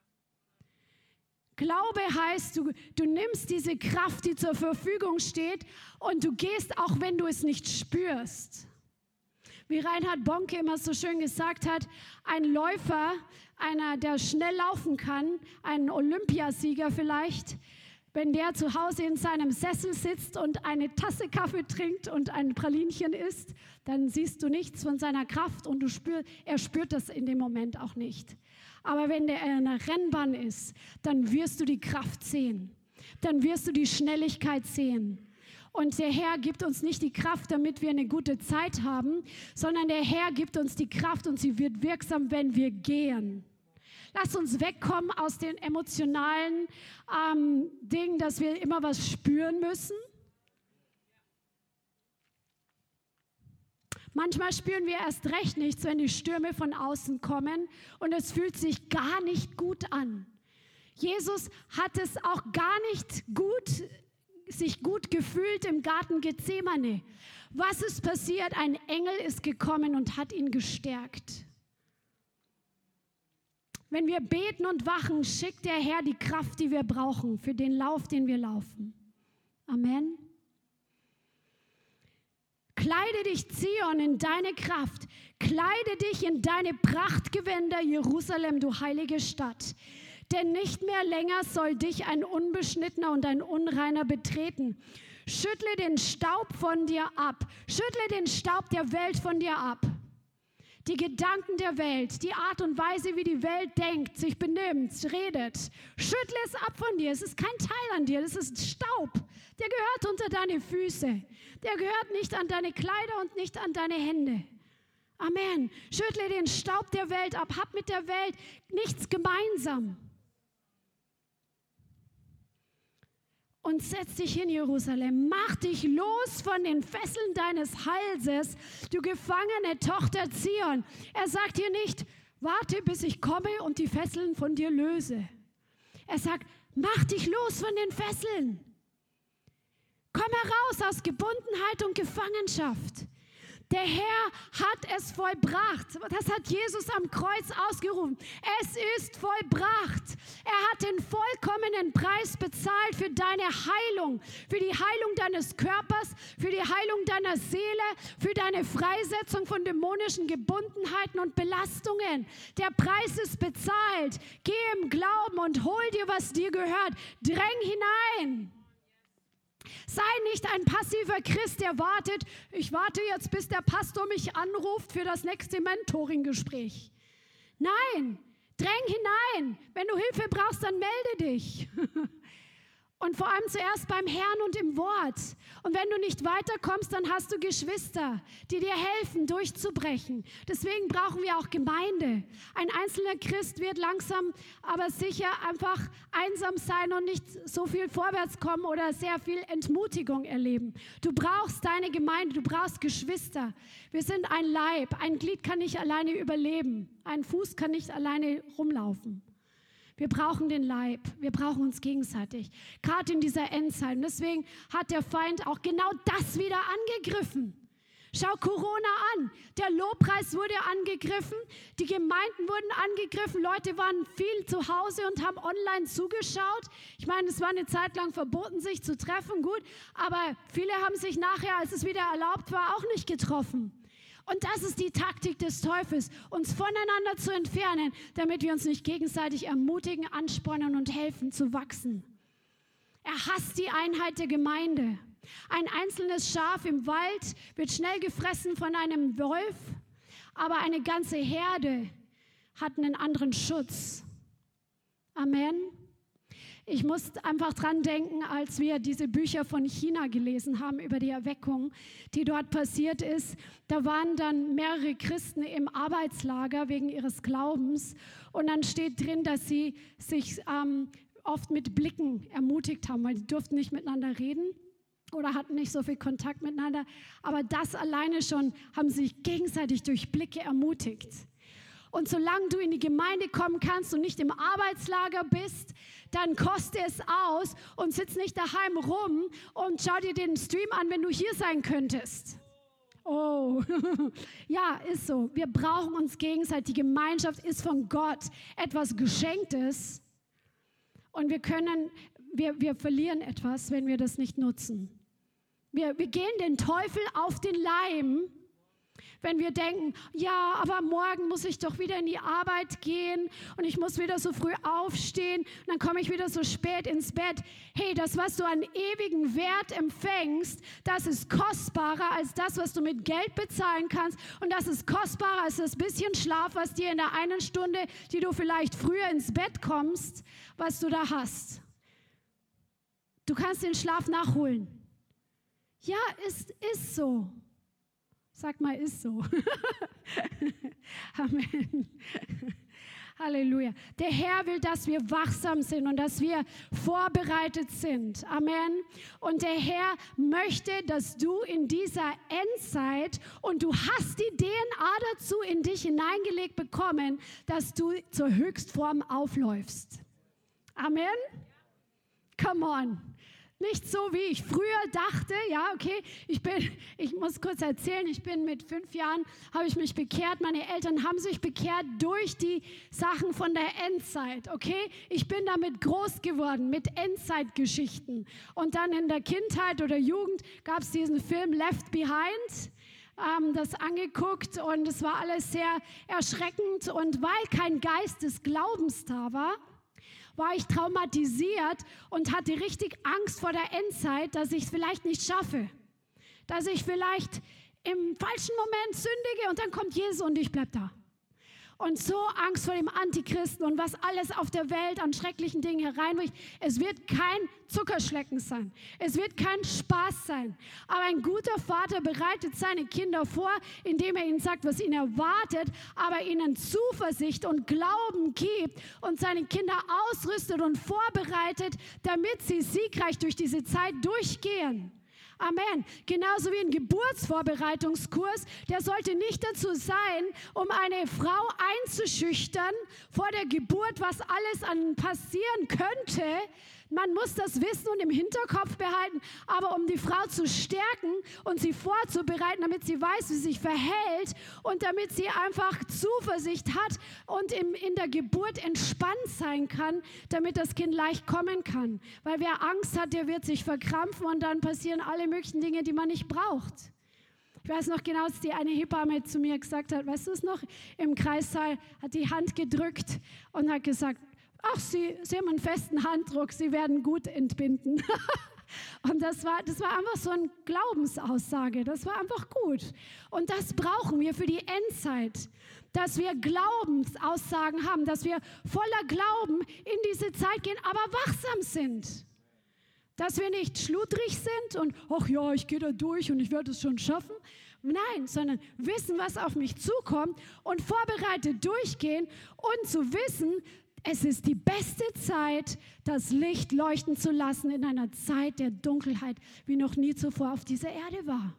Glaube heißt, du, du nimmst diese Kraft, die zur Verfügung steht und du gehst, auch wenn du es nicht spürst. Wie Reinhard Bonke immer so schön gesagt hat, ein Läufer, einer, der schnell laufen kann, ein Olympiasieger vielleicht, wenn der zu Hause in seinem Sessel sitzt und eine Tasse Kaffee trinkt und ein Pralinchen isst, dann siehst du nichts von seiner Kraft und du spür, er spürt das in dem Moment auch nicht. Aber wenn der in einer Rennbahn ist, dann wirst du die Kraft sehen. Dann wirst du die Schnelligkeit sehen. Und der Herr gibt uns nicht die Kraft, damit wir eine gute Zeit haben, sondern der Herr gibt uns die Kraft und sie wird wirksam, wenn wir gehen. Lass uns wegkommen aus den emotionalen ähm, Dingen, dass wir immer was spüren müssen. Manchmal spüren wir erst recht nichts, wenn die Stürme von außen kommen und es fühlt sich gar nicht gut an. Jesus hat es auch gar nicht gut, sich gut gefühlt im Garten Gethsemane. Was ist passiert? Ein Engel ist gekommen und hat ihn gestärkt. Wenn wir beten und wachen, schickt der Herr die Kraft, die wir brauchen für den Lauf, den wir laufen. Amen. Kleide dich, Zion, in deine Kraft. Kleide dich in deine Prachtgewänder, Jerusalem, du heilige Stadt. Denn nicht mehr länger soll dich ein Unbeschnittener und ein Unreiner betreten. Schüttle den Staub von dir ab. Schüttle den Staub der Welt von dir ab. Die Gedanken der Welt, die Art und Weise, wie die Welt denkt, sich benimmt, redet. Schüttle es ab von dir. Es ist kein Teil an dir, das ist Staub. Der gehört unter deine Füße. Der gehört nicht an deine Kleider und nicht an deine Hände. Amen. Schüttle den Staub der Welt ab. Hab mit der Welt nichts gemeinsam. Und setz dich hin, Jerusalem. Mach dich los von den Fesseln deines Halses, du gefangene Tochter Zion. Er sagt hier nicht, warte, bis ich komme und die Fesseln von dir löse. Er sagt, mach dich los von den Fesseln. Komm heraus aus Gebundenheit und Gefangenschaft. Der Herr hat es vollbracht. Das hat Jesus am Kreuz ausgerufen. Es ist vollbracht. Er hat den vollkommenen Preis bezahlt für deine Heilung, für die Heilung deines Körpers, für die Heilung deiner Seele, für deine Freisetzung von dämonischen Gebundenheiten und Belastungen. Der Preis ist bezahlt. Geh im Glauben und hol dir, was dir gehört. Dräng hinein. Sei nicht ein passiver Christ, der wartet, ich warte jetzt, bis der Pastor mich anruft für das nächste Mentoring-Gespräch. Nein, dräng hinein. Wenn du Hilfe brauchst, dann melde dich. Und vor allem zuerst beim Herrn und im Wort. Und wenn du nicht weiterkommst, dann hast du Geschwister, die dir helfen, durchzubrechen. Deswegen brauchen wir auch Gemeinde. Ein einzelner Christ wird langsam, aber sicher einfach einsam sein und nicht so viel vorwärts kommen oder sehr viel Entmutigung erleben. Du brauchst deine Gemeinde, du brauchst Geschwister. Wir sind ein Leib. Ein Glied kann nicht alleine überleben. Ein Fuß kann nicht alleine rumlaufen. Wir brauchen den Leib, wir brauchen uns gegenseitig, gerade in dieser Endzeit. Und deswegen hat der Feind auch genau das wieder angegriffen. Schau Corona an, der Lobpreis wurde angegriffen, die Gemeinden wurden angegriffen, Leute waren viel zu Hause und haben online zugeschaut. Ich meine, es war eine Zeit lang verboten, sich zu treffen, gut, aber viele haben sich nachher, als es wieder erlaubt war, auch nicht getroffen. Und das ist die Taktik des Teufels, uns voneinander zu entfernen, damit wir uns nicht gegenseitig ermutigen, anspornen und helfen zu wachsen. Er hasst die Einheit der Gemeinde. Ein einzelnes Schaf im Wald wird schnell gefressen von einem Wolf, aber eine ganze Herde hat einen anderen Schutz. Amen. Ich muss einfach dran denken, als wir diese Bücher von China gelesen haben über die Erweckung, die dort passiert ist. Da waren dann mehrere Christen im Arbeitslager wegen ihres Glaubens. Und dann steht drin, dass sie sich ähm, oft mit Blicken ermutigt haben, weil die durften nicht miteinander reden oder hatten nicht so viel Kontakt miteinander. Aber das alleine schon haben sie sich gegenseitig durch Blicke ermutigt. Und solange du in die Gemeinde kommen kannst und nicht im Arbeitslager bist, dann koste es aus und sitz nicht daheim rum und schau dir den Stream an, wenn du hier sein könntest. Oh, ja, ist so. Wir brauchen uns gegenseitig. Die Gemeinschaft ist von Gott etwas Geschenktes und wir können, wir, wir verlieren etwas, wenn wir das nicht nutzen. Wir, wir gehen den Teufel auf den Leim, wenn wir denken, ja, aber morgen muss ich doch wieder in die Arbeit gehen und ich muss wieder so früh aufstehen und dann komme ich wieder so spät ins Bett. Hey, das, was du an ewigen Wert empfängst, das ist kostbarer als das, was du mit Geld bezahlen kannst und das ist kostbarer als das bisschen Schlaf, was dir in der einen Stunde, die du vielleicht früher ins Bett kommst, was du da hast. Du kannst den Schlaf nachholen. Ja, ist, ist so. Sag mal, ist so. Amen. Halleluja. Der Herr will, dass wir wachsam sind und dass wir vorbereitet sind. Amen. Und der Herr möchte, dass du in dieser Endzeit, und du hast die D N A dazu in dich hineingelegt bekommen, dass du zur Höchstform aufläufst. Amen. Come on. Nicht so, wie ich früher dachte, ja, okay, ich bin, ich muss kurz erzählen, ich bin mit fünf Jahren, habe ich mich bekehrt, meine Eltern haben sich bekehrt durch die Sachen von der Endzeit, okay? Ich bin damit groß geworden, mit Endzeitgeschichten. Und dann in der Kindheit oder Jugend gab es diesen Film Left Behind, ähm, das angeguckt und es war alles sehr erschreckend und weil kein Geist des Glaubens da war, war ich traumatisiert und hatte richtig Angst vor der Endzeit, dass ich es vielleicht nicht schaffe. Dass ich vielleicht im falschen Moment sündige und dann kommt Jesus und ich bleibe da. Und so Angst vor dem Antichristen und was alles auf der Welt an schrecklichen Dingen hereinbricht. Es wird kein Zuckerschlecken sein. Es wird kein Spaß sein. Aber ein guter Vater bereitet seine Kinder vor, indem er ihnen sagt, was ihn erwartet, aber ihnen Zuversicht und Glauben gibt und seine Kinder ausrüstet und vorbereitet, damit sie siegreich durch diese Zeit durchgehen. Amen. Genauso wie ein Geburtsvorbereitungskurs, der sollte nicht dazu sein, um eine Frau einzuschüchtern vor der Geburt, was alles an passieren könnte. Man muss das wissen und im Hinterkopf behalten, aber um die Frau zu stärken und sie vorzubereiten, damit sie weiß, wie sie sich verhält und damit sie einfach Zuversicht hat und im, in der Geburt entspannt sein kann, damit das Kind leicht kommen kann. Weil wer Angst hat, der wird sich verkrampfen und dann passieren alle möglichen Dinge, die man nicht braucht. Ich weiß noch genau, als die eine Hebamme zu mir gesagt hat, weißt du es noch, im Kreissaal hat die Hand gedrückt und hat gesagt, ach, Sie, Sie haben einen festen Handdruck, Sie werden gut entbinden. Und das war, das war einfach so eine Glaubensaussage, das war einfach gut. Und das brauchen wir für die Endzeit, dass wir Glaubensaussagen haben, dass wir voller Glauben in diese Zeit gehen, aber wachsam sind. Dass wir nicht schludrig sind und, ach ja, ich gehe da durch und ich werde es schon schaffen. Nein, sondern wissen, was auf mich zukommt und vorbereitet durchgehen und zu wissen, es ist die beste Zeit, das Licht leuchten zu lassen in einer Zeit der Dunkelheit, wie noch nie zuvor auf dieser Erde war.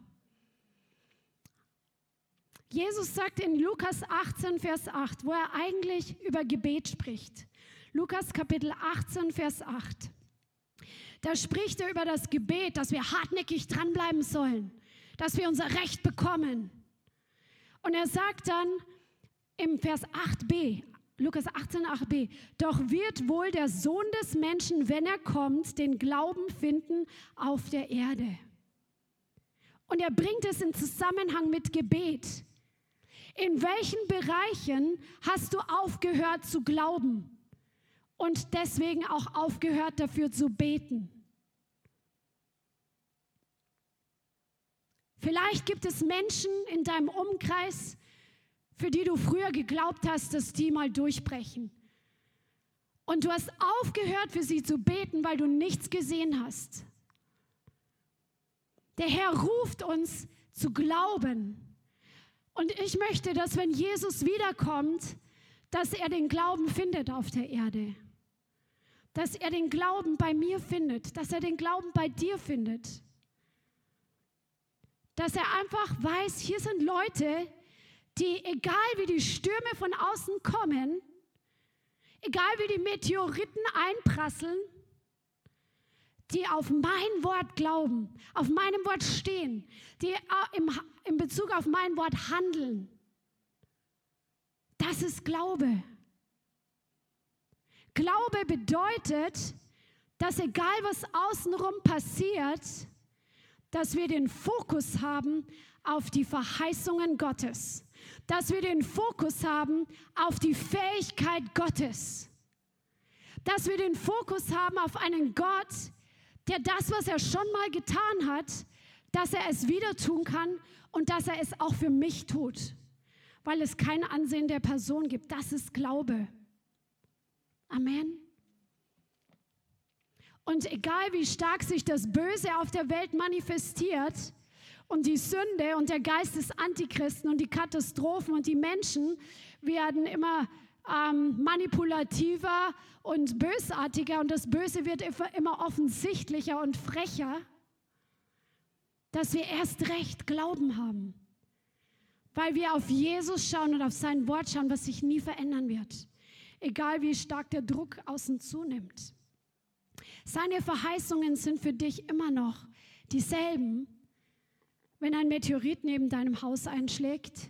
Jesus sagt in Lukas achtzehn, Vers acht, wo er eigentlich über Gebet spricht. Lukas Kapitel achtzehn, Vers acht. Da spricht er über das Gebet, dass wir hartnäckig dranbleiben sollen, dass wir unser Recht bekommen. Und er sagt dann im Vers acht b, Lukas achtzehn, acht b, doch wird wohl der Sohn des Menschen, wenn er kommt, den Glauben finden auf der Erde. Und er bringt es in Zusammenhang mit Gebet. In welchen Bereichen hast du aufgehört zu glauben und deswegen auch aufgehört dafür zu beten? Vielleicht gibt es Menschen in deinem Umkreis, für die du früher geglaubt hast, dass die mal durchbrechen. Und du hast aufgehört, für sie zu beten, weil du nichts gesehen hast. Der Herr ruft uns zu glauben. Und ich möchte, dass wenn Jesus wiederkommt, dass er den Glauben findet auf der Erde. Dass er den Glauben bei mir findet, dass er den Glauben bei dir findet. Dass er einfach weiß, hier sind Leute, die, egal wie die Stürme von außen kommen, egal wie die Meteoriten einprasseln, die auf mein Wort glauben, auf meinem Wort stehen, die im, in Bezug auf mein Wort handeln. Das ist Glaube. Glaube bedeutet, dass egal was außenrum passiert, dass wir den Fokus haben auf die Verheißungen Gottes. Dass wir den Fokus haben auf die Fähigkeit Gottes. Dass wir den Fokus haben auf einen Gott, der das, was er schon mal getan hat, dass er es wieder tun kann und dass er es auch für mich tut. Weil es kein Ansehen der Person gibt. Das ist Glaube. Amen. Und egal wie stark sich das Böse auf der Welt manifestiert und die Sünde und der Geist des Antichristen und die Katastrophen und die Menschen werden immer ähm, manipulativer und bösartiger und das Böse wird immer offensichtlicher und frecher, dass wir erst recht Glauben haben, weil wir auf Jesus schauen und auf sein Wort schauen, was sich nie verändern wird, egal wie stark der Druck außen zunimmt. Seine Verheißungen sind für dich immer noch dieselben, wenn ein Meteorit neben deinem Haus einschlägt,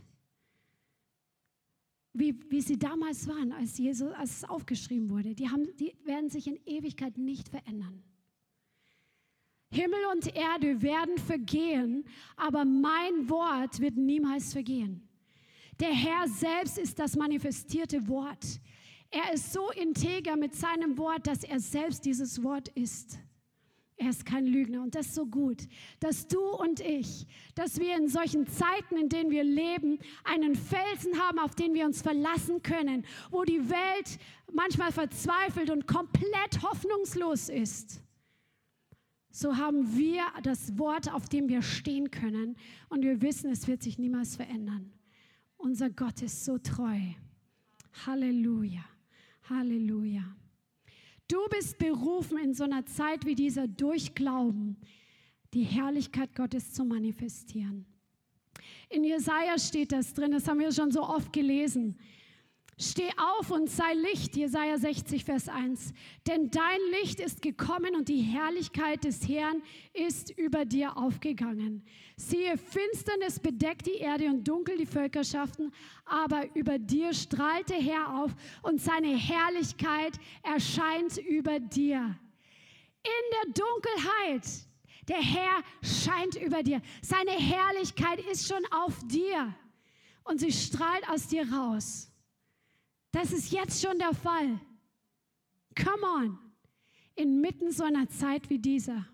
wie, wie sie damals waren, als, Jesus, als es aufgeschrieben wurde. Die, haben, die werden sich in Ewigkeit nicht verändern. Himmel und Erde werden vergehen, aber mein Wort wird niemals vergehen. Der Herr selbst ist das manifestierte Wort. Er ist so integer mit seinem Wort, dass er selbst dieses Wort ist. Er ist kein Lügner und das ist so gut, dass du und ich, dass wir in solchen Zeiten, in denen wir leben, einen Felsen haben, auf den wir uns verlassen können, wo die Welt manchmal verzweifelt und komplett hoffnungslos ist. So haben wir das Wort, auf dem wir stehen können und wir wissen, es wird sich niemals verändern. Unser Gott ist so treu. Halleluja, Halleluja. Du bist berufen, in so einer Zeit wie dieser durch Glauben die Herrlichkeit Gottes zu manifestieren. In Jesaja steht das drin, das haben wir schon so oft gelesen. Steh auf und sei Licht, Jesaja sechzig, Vers eins. Denn dein Licht ist gekommen und die Herrlichkeit des Herrn ist über dir aufgegangen. Siehe, Finsternis bedeckt die Erde und dunkel die Völkerschaften, aber über dir strahlt der Herr auf und seine Herrlichkeit erscheint über dir. In der Dunkelheit, der Herr scheint über dir. Seine Herrlichkeit ist schon auf dir und sie strahlt aus dir raus. Das ist jetzt schon der Fall. Come on. Inmitten so einer Zeit wie dieser.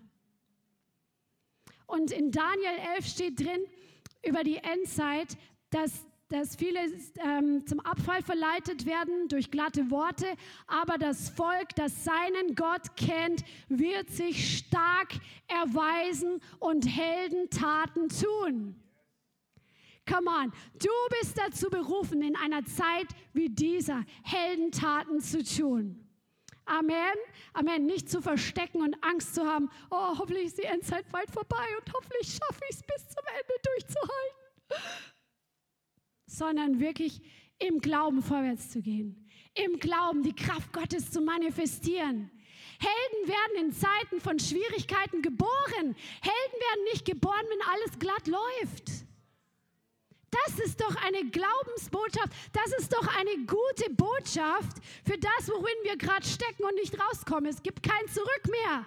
Und in Daniel elf steht drin über die Endzeit, dass dass viele ähm, zum Abfall verleitet werden durch glatte Worte, aber das Volk, das seinen Gott kennt, wird sich stark erweisen und Heldentaten tun. Come on, du bist dazu berufen, in einer Zeit wie dieser Heldentaten zu tun. Amen. Amen. Nicht zu verstecken und Angst zu haben, oh, hoffentlich ist die Endzeit bald vorbei und hoffentlich schaffe ich es bis zum Ende durchzuhalten. Sondern wirklich im Glauben vorwärts zu gehen. Im Glauben die Kraft Gottes zu manifestieren. Helden werden in Zeiten von Schwierigkeiten geboren. Helden werden nicht geboren, wenn alles glatt läuft. Das ist doch eine Glaubensbotschaft, das ist doch eine gute Botschaft für das, worin wir gerade stecken und nicht rauskommen. Es gibt kein Zurück mehr.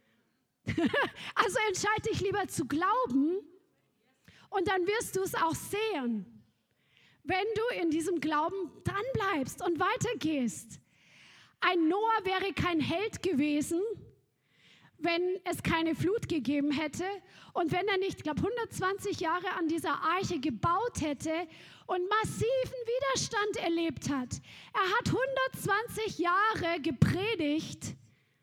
Also entscheide dich lieber zu glauben und dann wirst du es auch sehen, wenn du in diesem Glauben dranbleibst und weitergehst. Ein Noah wäre kein Held gewesen, wenn es keine Flut gegeben hätte und wenn er nicht, ich glaube, hundertzwanzig Jahre an dieser Arche gebaut hätte und massiven Widerstand erlebt hat. Er hat hundertzwanzig Jahre gepredigt.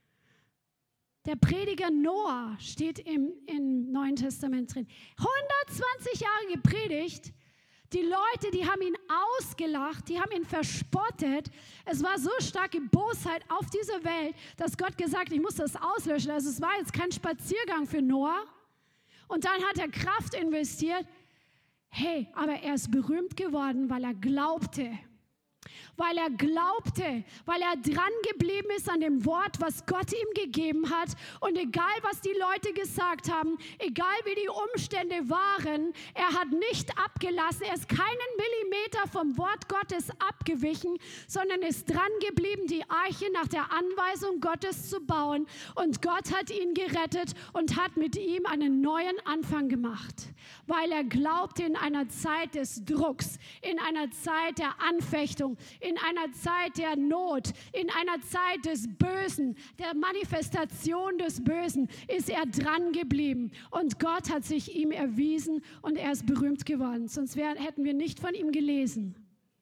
Der Prediger Noah steht im, im Neuen Testament drin. hundertzwanzig Jahre gepredigt. Die Leute, die haben ihn ausgelacht, die haben ihn verspottet. Es war so starke Bosheit auf dieser Welt, dass Gott gesagt hat, ich muss das auslöschen. Also es war jetzt kein Spaziergang für Noah. Und dann hat er Kraft investiert. Hey, aber er ist berühmt geworden, weil er glaubte. Weil er glaubte, weil er dran geblieben ist an dem Wort, was Gott ihm gegeben hat. Und egal, was die Leute gesagt haben, egal wie die Umstände waren, er hat nicht abgelassen, er ist keinen Millimeter vom Wort Gottes abgewichen, sondern ist dran geblieben, die Arche nach der Anweisung Gottes zu bauen. Und Gott hat ihn gerettet und hat mit ihm einen neuen Anfang gemacht, weil er glaubte in einer Zeit des Drucks, in einer Zeit der Anfechtung, in einer Zeit der Not, in einer Zeit des Bösen, der Manifestation des Bösen, ist er dran geblieben. Und Gott hat sich ihm erwiesen und er ist berühmt geworden. Sonst wär, hätten wir nicht von ihm gelesen.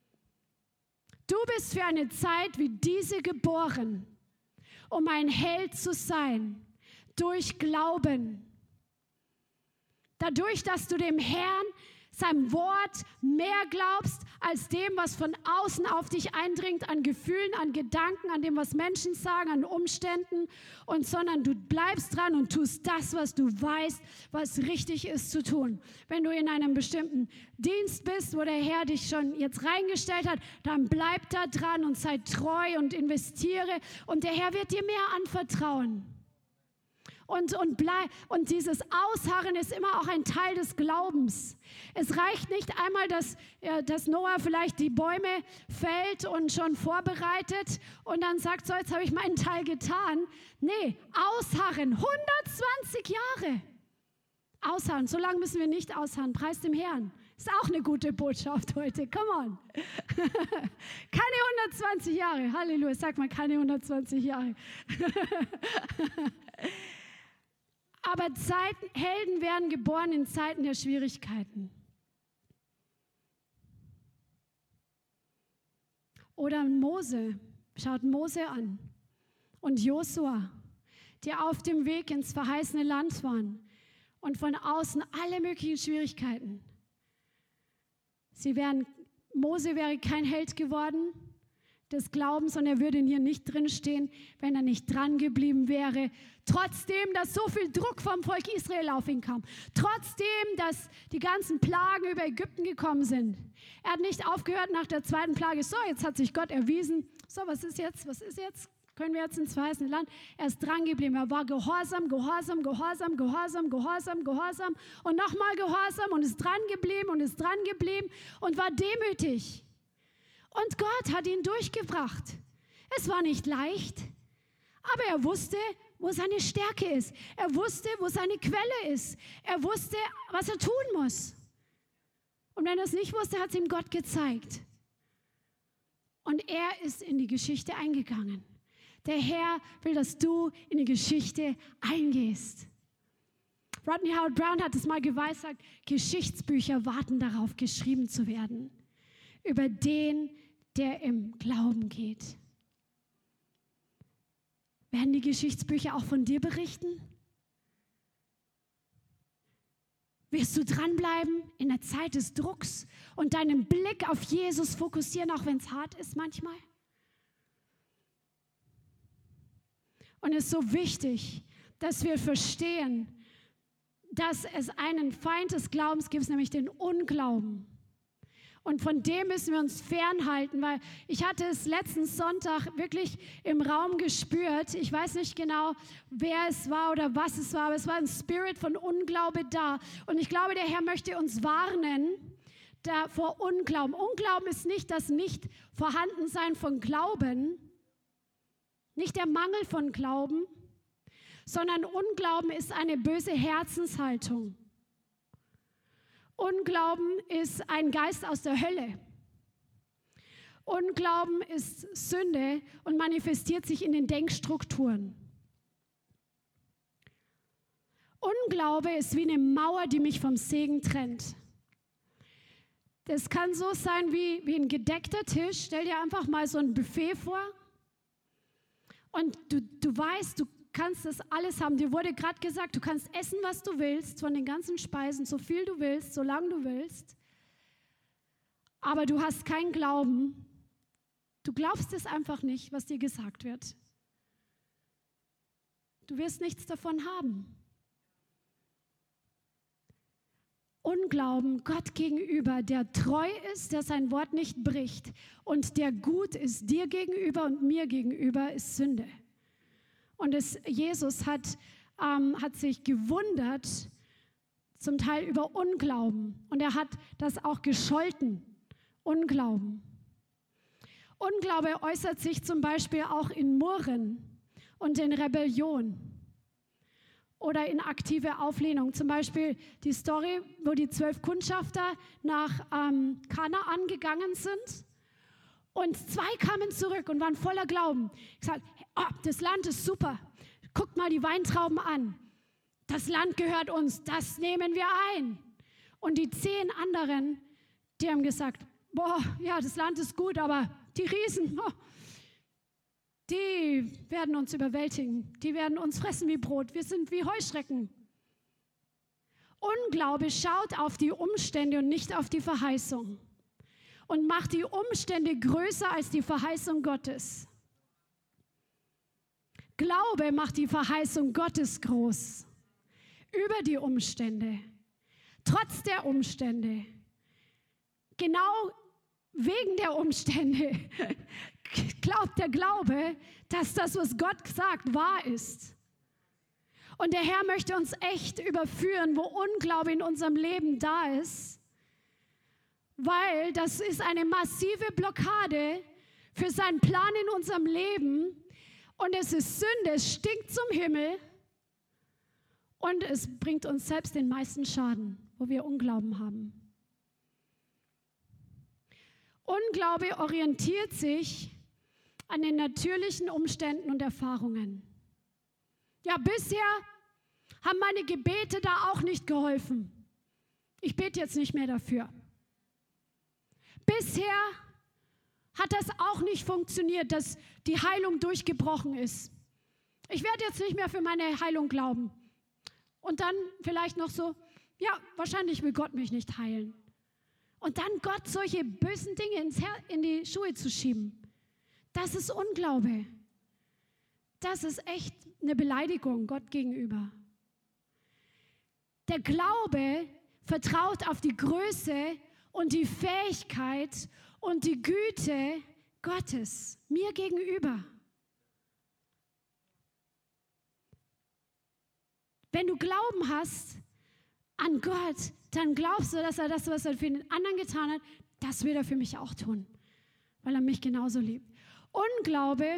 Du bist für eine Zeit wie diese geboren, um ein Held zu sein, durch Glauben. Dadurch, dass du dem Herrn, seinem Wort mehr glaubst, als dem, was von außen auf dich eindringt, an Gefühlen, an Gedanken, an dem, was Menschen sagen, an Umständen, und sondern du bleibst dran und tust das, was du weißt, was richtig ist zu tun. Wenn du in einem bestimmten Dienst bist, wo der Herr dich schon jetzt reingestellt hat, dann bleib da dran und sei treu und investiere und der Herr wird dir mehr anvertrauen. Und, und, bleib, und dieses Ausharren ist immer auch ein Teil des Glaubens. Es reicht nicht einmal, dass, ja, dass Noah vielleicht die Bäume fällt und schon vorbereitet und dann sagt, so, jetzt habe ich meinen Teil getan. Nee, ausharren, hundertzwanzig Jahre. Ausharren, so lange müssen wir nicht ausharren, preis dem Herrn. Ist auch eine gute Botschaft heute, come on. Keine hundertzwanzig Jahre, Halleluja, sag mal, keine hundertzwanzig Jahre. Aber Zeiten, Helden werden geboren in Zeiten der Schwierigkeiten. Oder Mose, schaut Mose an und Josua, die auf dem Weg ins verheißene Land waren und von außen alle möglichen Schwierigkeiten. Sie wären, Mose wäre kein Held geworden des Glaubens und er würde hier nicht drinstehen, wenn er nicht dran geblieben wäre. Trotzdem, dass so viel Druck vom Volk Israel auf ihn kam. Trotzdem, dass die ganzen Plagen über Ägypten gekommen sind. Er hat nicht aufgehört nach der zweiten Plage. So, jetzt hat sich Gott erwiesen. So, was ist jetzt? Was ist jetzt? Können wir jetzt ins verheißene Land? Er ist dran geblieben. Er war gehorsam, gehorsam, gehorsam, gehorsam, gehorsam, gehorsam und nochmal gehorsam und ist dran geblieben und ist dran geblieben und war demütig. Und Gott hat ihn durchgebracht. Es war nicht leicht, aber er wusste, wo seine Stärke ist. Er wusste, wo seine Quelle ist. Er wusste, was er tun muss. Und wenn er es nicht wusste, hat es ihm Gott gezeigt. Und er ist in die Geschichte eingegangen. Der Herr will, dass du in die Geschichte eingehst. Rodney Howard-Browne hat es mal geweissagt, Geschichtsbücher warten darauf, geschrieben zu werden. über den, der im Glauben geht. Werden die Geschichtsbücher auch von dir berichten? Wirst du dranbleiben in der Zeit des Drucks und deinen Blick auf Jesus fokussieren, auch wenn es hart ist manchmal? Und es ist so wichtig, dass wir verstehen, dass es einen Feind des Glaubens gibt, nämlich den Unglauben. Und von dem müssen wir uns fernhalten, weil ich hatte es letzten Sonntag wirklich im Raum gespürt. Ich weiß nicht genau, wer es war oder was es war, aber es war ein Spirit von Unglaube da. Und ich glaube, der Herr möchte uns warnen da vor Unglauben. Unglauben ist nicht das Nicht-Vorhandensein von Glauben, nicht der Mangel von Glauben, sondern Unglauben ist eine böse Herzenshaltung. Unglauben ist ein Geist aus der Hölle. Unglauben ist Sünde und manifestiert sich in den Denkstrukturen. Unglaube ist wie eine Mauer, die mich vom Segen trennt. Das kann so sein wie, wie ein gedeckter Tisch. Stell dir einfach mal so ein Buffet vor. Und du, du weißt, du kannst das alles haben. Dir wurde gerade gesagt, du kannst essen, was du willst, von den ganzen Speisen, so viel du willst, solange du willst. Aber du hast keinen Glauben. Du glaubst es einfach nicht, was dir gesagt wird. Du wirst nichts davon haben. Unglauben Gott gegenüber, der treu ist, der sein Wort nicht bricht und der gut ist dir gegenüber und mir gegenüber, ist Sünde. Und es, Jesus hat, ähm, hat sich gewundert, zum Teil über Unglauben. Und er hat das auch gescholten, Unglauben. Unglaube äußert sich zum Beispiel auch in Murren und in Rebellion oder in aktive Auflehnung. Zum Beispiel die Story, wo die zwölf Kundschafter nach ähm, Kanaan gegangen sind. Und zwei kamen zurück und waren voller Glauben. Ich sagte, oh, das Land ist super. Guckt mal die Weintrauben an. Das Land gehört uns. Das nehmen wir ein. Und die zehn anderen, die haben gesagt, boah, ja, das Land ist gut, aber die Riesen, oh, die werden uns überwältigen. Die werden uns fressen wie Brot. Wir sind wie Heuschrecken. Unglaube schaut auf die Umstände und nicht auf die Verheißung. Und macht die Umstände größer als die Verheißung Gottes. Glaube macht die Verheißung Gottes groß. Über die Umstände. Trotz der Umstände. Genau wegen der Umstände glaubt der Glaube, dass das, was Gott sagt, wahr ist. Und der Herr möchte uns echt überführen, wo Unglaube in unserem Leben da ist. Weil das ist eine massive Blockade für seinen Plan in unserem Leben. Und es ist Sünde, es stinkt zum Himmel. Und es bringt uns selbst den meisten Schaden, wo wir Unglauben haben. Unglaube orientiert sich an den natürlichen Umständen und Erfahrungen. Ja, bisher haben meine Gebete da auch nicht geholfen. Ich bete jetzt nicht mehr dafür. Bisher hat das auch nicht funktioniert, dass die Heilung durchgebrochen ist. Ich werde jetzt nicht mehr für meine Heilung glauben. Und dann vielleicht noch so, ja, wahrscheinlich will Gott mich nicht heilen. Und dann Gott solche bösen Dinge ins Her- in die Schuhe zu schieben, das ist Unglaube. Das ist echt eine Beleidigung Gott gegenüber. Der Glaube vertraut auf die Größe und die Fähigkeit und die Güte Gottes mir gegenüber. Wenn du Glauben hast an Gott, dann glaubst du, dass er das, was er für den anderen getan hat, das wird er für mich auch tun, weil er mich genauso liebt. Unglaube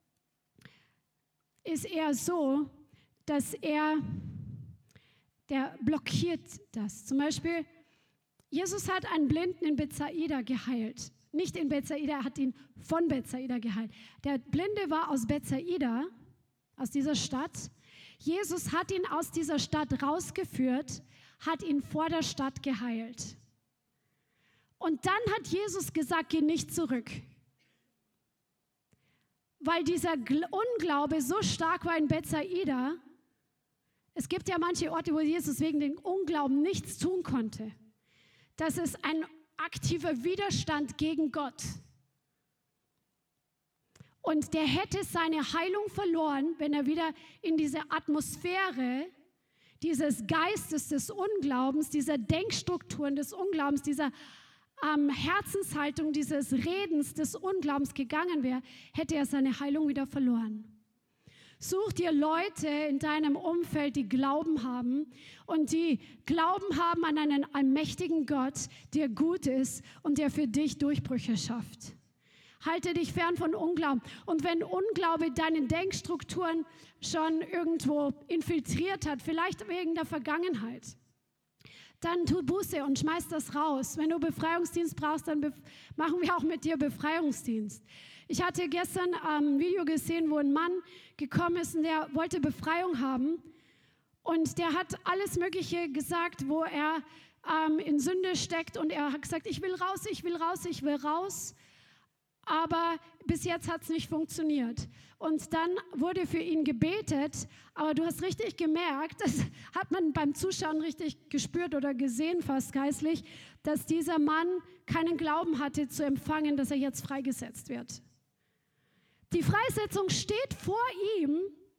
ist eher so, dass er, der blockiert das. Zum Beispiel, Jesus hat einen Blinden in Bethsaida geheilt. Nicht in Bethsaida, er hat ihn von Bethsaida geheilt. Der Blinde war aus Bethsaida, aus dieser Stadt. Jesus hat ihn aus dieser Stadt rausgeführt, hat ihn vor der Stadt geheilt. Und dann hat Jesus gesagt, geh nicht zurück. Weil dieser Unglaube so stark war in Bethsaida. Es gibt ja manche Orte, wo Jesus wegen dem Unglauben nichts tun konnte. Das ist ein aktiver Widerstand gegen Gott. Und der hätte seine Heilung verloren, wenn er wieder in diese Atmosphäre dieses Geistes des Unglaubens, dieser Denkstrukturen des Unglaubens, dieser ähm, Herzenshaltung, dieses Redens des Unglaubens gegangen wäre, hätte er seine Heilung wieder verloren. Such dir Leute in deinem Umfeld, die Glauben haben und die Glauben haben an einen allmächtigen Gott, der gut ist und der für dich Durchbrüche schafft. Halte dich fern von Unglauben. Und wenn Unglaube deine Denkstrukturen schon irgendwo infiltriert hat, vielleicht wegen der Vergangenheit, dann tu Buße und schmeiß das raus. Wenn du Befreiungsdienst brauchst, dann bef- machen wir auch mit dir Befreiungsdienst. Ich hatte gestern ein Video gesehen, wo ein Mann gekommen ist und der wollte Befreiung haben. Und der hat alles Mögliche gesagt, wo er ähm, in Sünde steckt. Und er hat gesagt, ich will raus, ich will raus, ich will raus. Aber bis jetzt hat es nicht funktioniert. Und dann wurde für ihn gebetet, aber du hast richtig gemerkt, das hat man beim Zuschauen richtig gespürt oder gesehen, fast geistlich, dass dieser Mann keinen Glauben hatte zu empfangen, dass er jetzt freigesetzt wird. Die Freisetzung steht vor ihm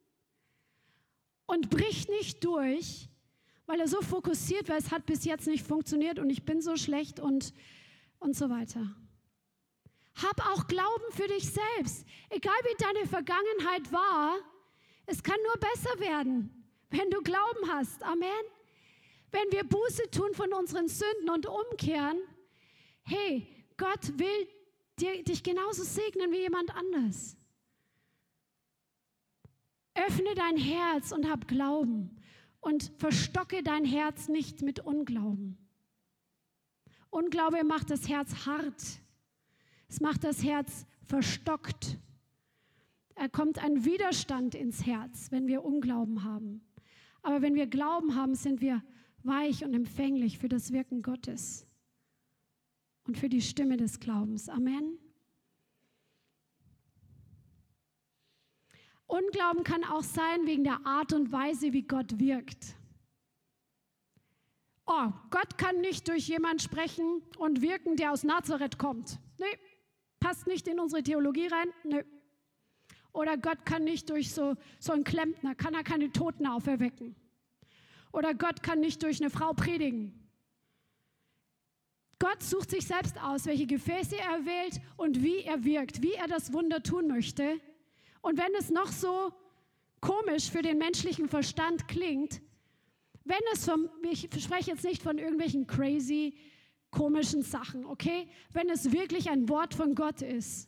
und bricht nicht durch, weil er so fokussiert war, es hat bis jetzt nicht funktioniert und ich bin so schlecht und, und so weiter. Hab auch Glauben für dich selbst. Egal wie deine Vergangenheit war, es kann nur besser werden, wenn du Glauben hast. Amen. Wenn wir Buße tun von unseren Sünden und umkehren, hey, Gott will dir, dich genauso segnen wie jemand anders. Öffne dein Herz und hab Glauben und verstocke dein Herz nicht mit Unglauben. Unglaube macht das Herz hart. Es macht das Herz verstockt. Da kommt ein Widerstand ins Herz, wenn wir Unglauben haben. Aber wenn wir Glauben haben, sind wir weich und empfänglich für das Wirken Gottes und für die Stimme des Glaubens. Amen. Unglauben kann auch sein wegen der Art und Weise, wie Gott wirkt. Oh, Gott kann nicht durch jemanden sprechen und wirken, der aus Nazareth kommt. Nee. Passt nicht in unsere Theologie rein? Nö. Oder Gott kann nicht durch so, so einen Klempner, kann er keine Toten auferwecken. Oder Gott kann nicht durch eine Frau predigen. Gott sucht sich selbst aus, welche Gefäße er wählt und wie er wirkt, wie er das Wunder tun möchte. Und wenn es noch so komisch für den menschlichen Verstand klingt, wenn es vom, ich spreche jetzt nicht von irgendwelchen crazy komischen Sachen, okay? Wenn es wirklich ein Wort von Gott ist,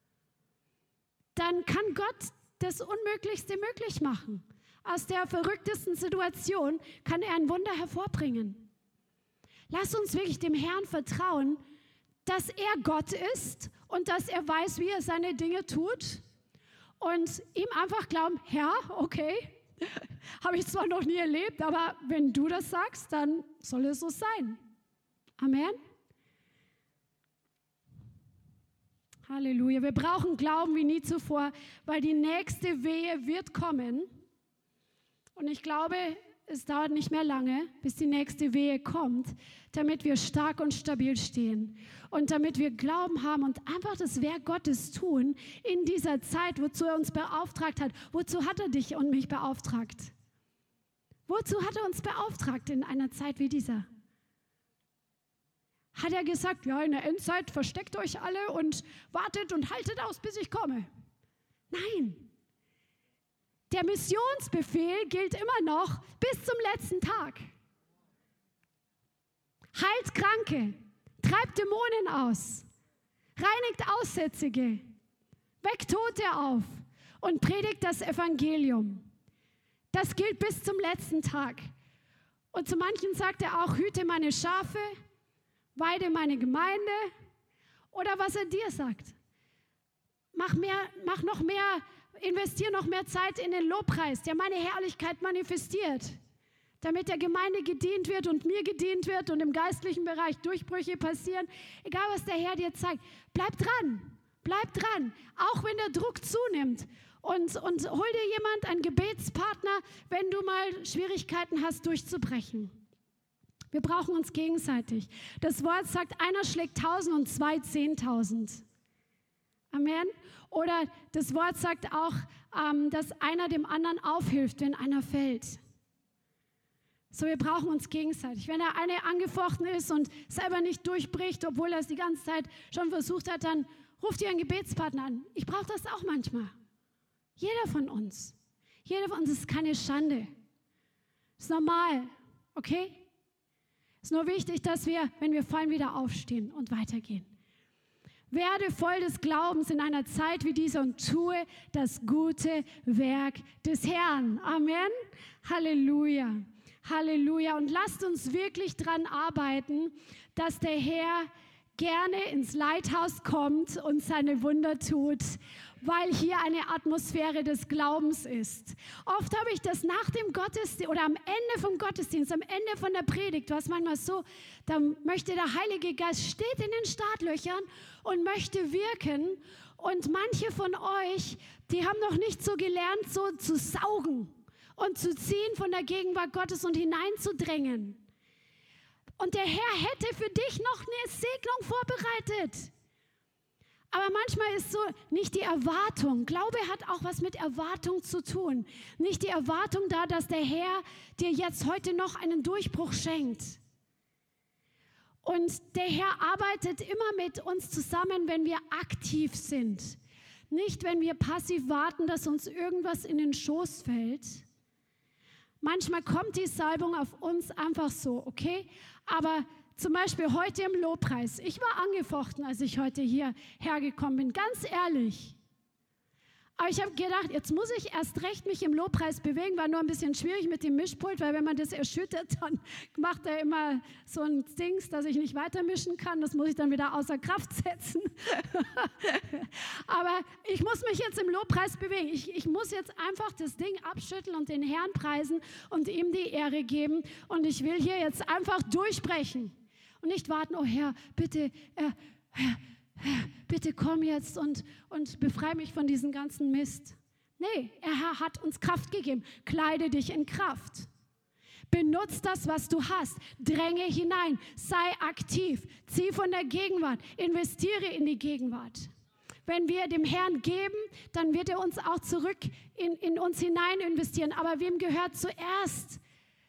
dann kann Gott das Unmöglichste möglich machen. Aus der verrücktesten Situation kann er ein Wunder hervorbringen. Lass uns wirklich dem Herrn vertrauen, dass er Gott ist und dass er weiß, wie er seine Dinge tut und ihm einfach glauben, Herr, okay, habe ich zwar noch nie erlebt, aber wenn du das sagst, dann soll es so sein. Amen. Halleluja. Wir brauchen Glauben wie nie zuvor, weil die nächste Wehe wird kommen. Und ich glaube, es dauert nicht mehr lange, bis die nächste Wehe kommt, damit wir stark und stabil stehen. Und damit wir Glauben haben und einfach das Werk Gottes tun in dieser Zeit, wozu er uns beauftragt hat. Wozu hat er dich und mich beauftragt? Wozu hat er uns beauftragt in einer Zeit wie dieser? Hat er gesagt, ja, in der Endzeit versteckt euch alle und wartet und haltet aus, bis ich komme. Nein. Der Missionsbefehl gilt immer noch bis zum letzten Tag. Heilt Kranke, treibt Dämonen aus, reinigt Aussätzige, weckt Tote auf und predigt das Evangelium. Das gilt bis zum letzten Tag. Und zu manchen sagt er auch, hüte meine Schafe, weide meine Gemeinde oder was er dir sagt. Mach, mehr, mach noch mehr, investiere noch mehr Zeit in den Lobpreis, der meine Herrlichkeit manifestiert. damit der Gemeinde gedient wird und mir gedient wird und im geistlichen Bereich Durchbrüche passieren. Egal, was der Herr dir zeigt, bleib dran, bleib dran, auch wenn der Druck zunimmt. Und, und hol dir jemand, einen Gebetspartner, wenn du mal Schwierigkeiten hast, durchzubrechen. Wir brauchen uns gegenseitig. Das Wort sagt, einer schlägt tausend und zwei zehntausend. Amen. Oder das Wort sagt auch, ähm, dass einer dem anderen aufhilft, wenn einer fällt. So, wir brauchen uns gegenseitig. Wenn der eine angefochten ist und selber nicht durchbricht, obwohl er es die ganze Zeit schon versucht hat, dann ruft ihr einen Gebetspartner an. Ich brauche das auch manchmal. Jeder von uns. Jeder von uns ist keine Schande. Ist normal, okay? Ist nur wichtig, dass wir, wenn wir fallen, wieder aufstehen und weitergehen. Werde voll des Glaubens in einer Zeit wie dieser und tue das gute Werk des Herrn. Amen. Halleluja. Halleluja. Und lasst uns wirklich dran arbeiten, dass der Herr gerne ins Lighthouse kommt und seine Wunder tut, weil hier eine Atmosphäre des Glaubens ist. Oft habe ich das nach dem Gottesdienst oder am Ende vom Gottesdienst, am Ende von der Predigt, du hast manchmal so, da möchte der Heilige Geist, steht in den Startlöchern und möchte wirken. Und manche von euch, die haben noch nicht so gelernt, so zu saugen und zu ziehen von der Gegenwart Gottes und hineinzudrängen. Und der Herr hätte für dich noch eine Segnung vorbereitet. Aber manchmal ist so nicht die Erwartung. Glaube hat auch was mit Erwartung zu tun. Nicht die Erwartung da, dass der Herr dir jetzt heute noch einen Durchbruch schenkt. Und der Herr arbeitet immer mit uns zusammen, wenn wir aktiv sind. Nicht, wenn wir passiv warten, dass uns irgendwas in den Schoß fällt. Manchmal kommt die Salbung auf uns einfach so, okay? Aber zum Beispiel heute im Lobpreis. Ich war angefochten, als ich heute hierher gekommen bin, ganz ehrlich. Aber ich habe gedacht, jetzt muss ich erst recht mich im Lobpreis bewegen, war nur ein bisschen schwierig mit dem Mischpult, weil wenn man das erschüttert, dann macht er immer so ein Dings, dass ich nicht weitermischen kann. Das muss ich dann wieder außer Kraft setzen. Aber ich muss mich jetzt im Lobpreis bewegen. Ich, ich muss jetzt einfach das Ding abschütteln und den Herrn preisen und ihm die Ehre geben. Und ich will hier jetzt einfach durchbrechen. Und nicht warten, oh Herr, bitte, äh, Herr, Herr, bitte komm jetzt und, und befreie mich von diesem ganzen Mist. Nee, der Herr hat uns Kraft gegeben. Kleide dich in Kraft. Benutz das, was du hast. Dränge hinein. Sei aktiv. Zieh von der Gegenwart. Investiere in die Gegenwart. Wenn wir dem Herrn geben, dann wird er uns auch zurück in, in uns hinein investieren. Aber wem gehört zuerst?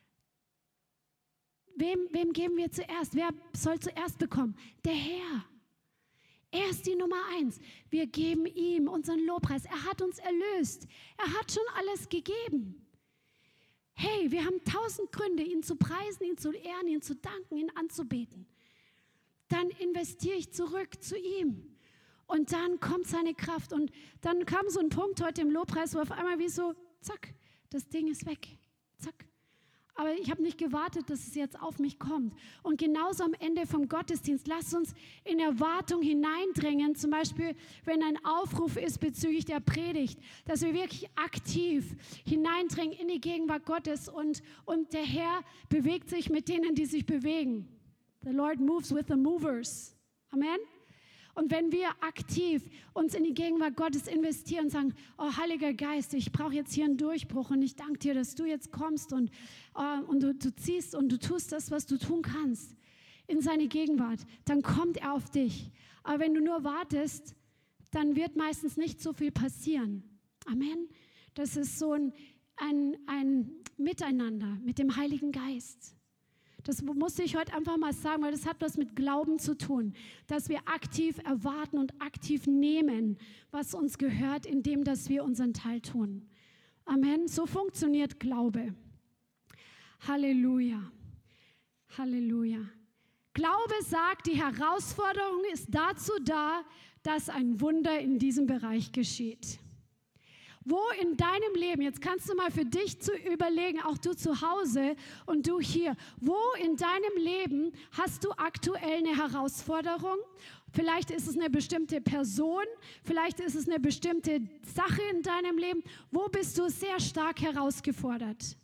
Wem, wem geben wir zuerst? Wer soll zuerst bekommen? Der Herr. Er ist die Nummer eins. Wir geben ihm unseren Lobpreis. Er hat uns erlöst. Er hat schon alles gegeben. Hey, wir haben tausend Gründe, ihn zu preisen, ihn zu ehren, ihn zu danken, ihn anzubeten. Dann investiere ich zurück zu ihm. Und dann kommt seine Kraft. Und dann kam so ein Punkt heute im Lobpreis, wo auf einmal wie so, zack, das Ding ist weg. Zack. Aber ich habe nicht gewartet, dass es jetzt auf mich kommt. Und genauso am Ende vom Gottesdienst, lasst uns in Erwartung hineindrängen, zum Beispiel, wenn ein Aufruf ist bezüglich der Predigt, dass wir wirklich aktiv hineindrängen in die Gegenwart Gottes und, und der Herr bewegt sich mit denen, die sich bewegen. The Lord moves with the movers. Amen. Und wenn wir aktiv uns in die Gegenwart Gottes investieren und sagen, oh Heiliger Geist, ich brauche jetzt hier einen Durchbruch und ich danke dir, dass du jetzt kommst und, uh, und du, du ziehst und du tust das, was du tun kannst in seine Gegenwart, dann kommt er auf dich. Aber wenn du nur wartest, dann wird meistens nicht so viel passieren. Amen. Das ist so ein, ein, ein Miteinander mit dem Heiligen Geist. Das musste ich heute einfach mal sagen, weil das hat was mit Glauben zu tun, dass wir aktiv erwarten und aktiv nehmen, was uns gehört, indem dass wir unseren Teil tun. Amen. So funktioniert Glaube. Halleluja. Halleluja. Glaube sagt, die Herausforderung ist dazu da, dass ein Wunder in diesem Bereich geschieht. Wo in deinem Leben, jetzt kannst du mal für dich zu überlegen, auch du zu Hause und du hier, wo in deinem Leben hast du aktuell eine Herausforderung? Vielleicht ist es eine bestimmte Person, vielleicht ist es eine bestimmte Sache in deinem Leben. Wo bist du sehr stark herausgefordert?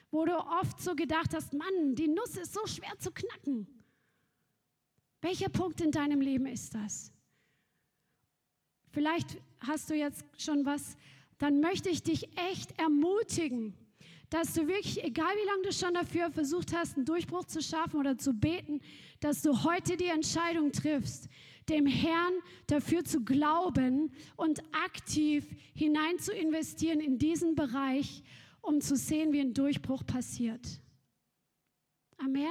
wo du oft so gedacht hast, Mann, die Nuss ist so schwer zu knacken. Welcher Punkt in deinem Leben ist das? Vielleicht hast du jetzt schon was, dann möchte ich dich echt ermutigen, dass du wirklich, egal wie lange du schon dafür versucht hast, einen Durchbruch zu schaffen oder zu beten, dass du heute die Entscheidung triffst, dem Herrn dafür zu glauben und aktiv hinein zu investieren in diesen Bereich, um zu sehen, wie ein Durchbruch passiert. Amen.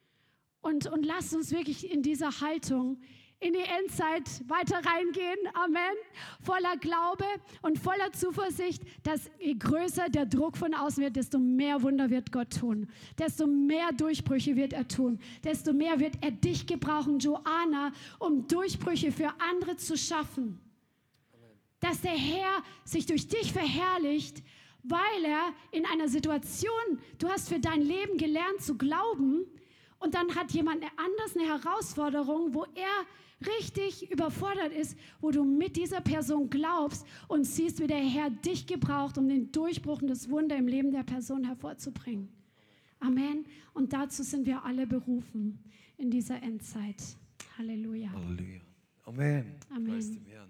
Und, und lasst uns wirklich in dieser Haltung in die Endzeit weiter reingehen, Amen, voller Glaube und voller Zuversicht, dass je größer der Druck von außen wird, desto mehr Wunder wird Gott tun, desto mehr Durchbrüche wird er tun, desto mehr wird er dich gebrauchen, Joanna, um Durchbrüche für andere zu schaffen. Amen. Dass der Herr sich durch dich verherrlicht, weil er in einer Situation, du hast für dein Leben gelernt zu glauben, und dann hat jemand anders eine Herausforderung, wo er richtig überfordert ist, wo du mit dieser Person glaubst und siehst, wie der Herr dich gebraucht, um den Durchbruch und das Wunder im Leben der Person hervorzubringen. Amen. Und dazu sind wir alle berufen in dieser Endzeit. Halleluja. Halleluja. Amen. Amen. Preis dem Herrn.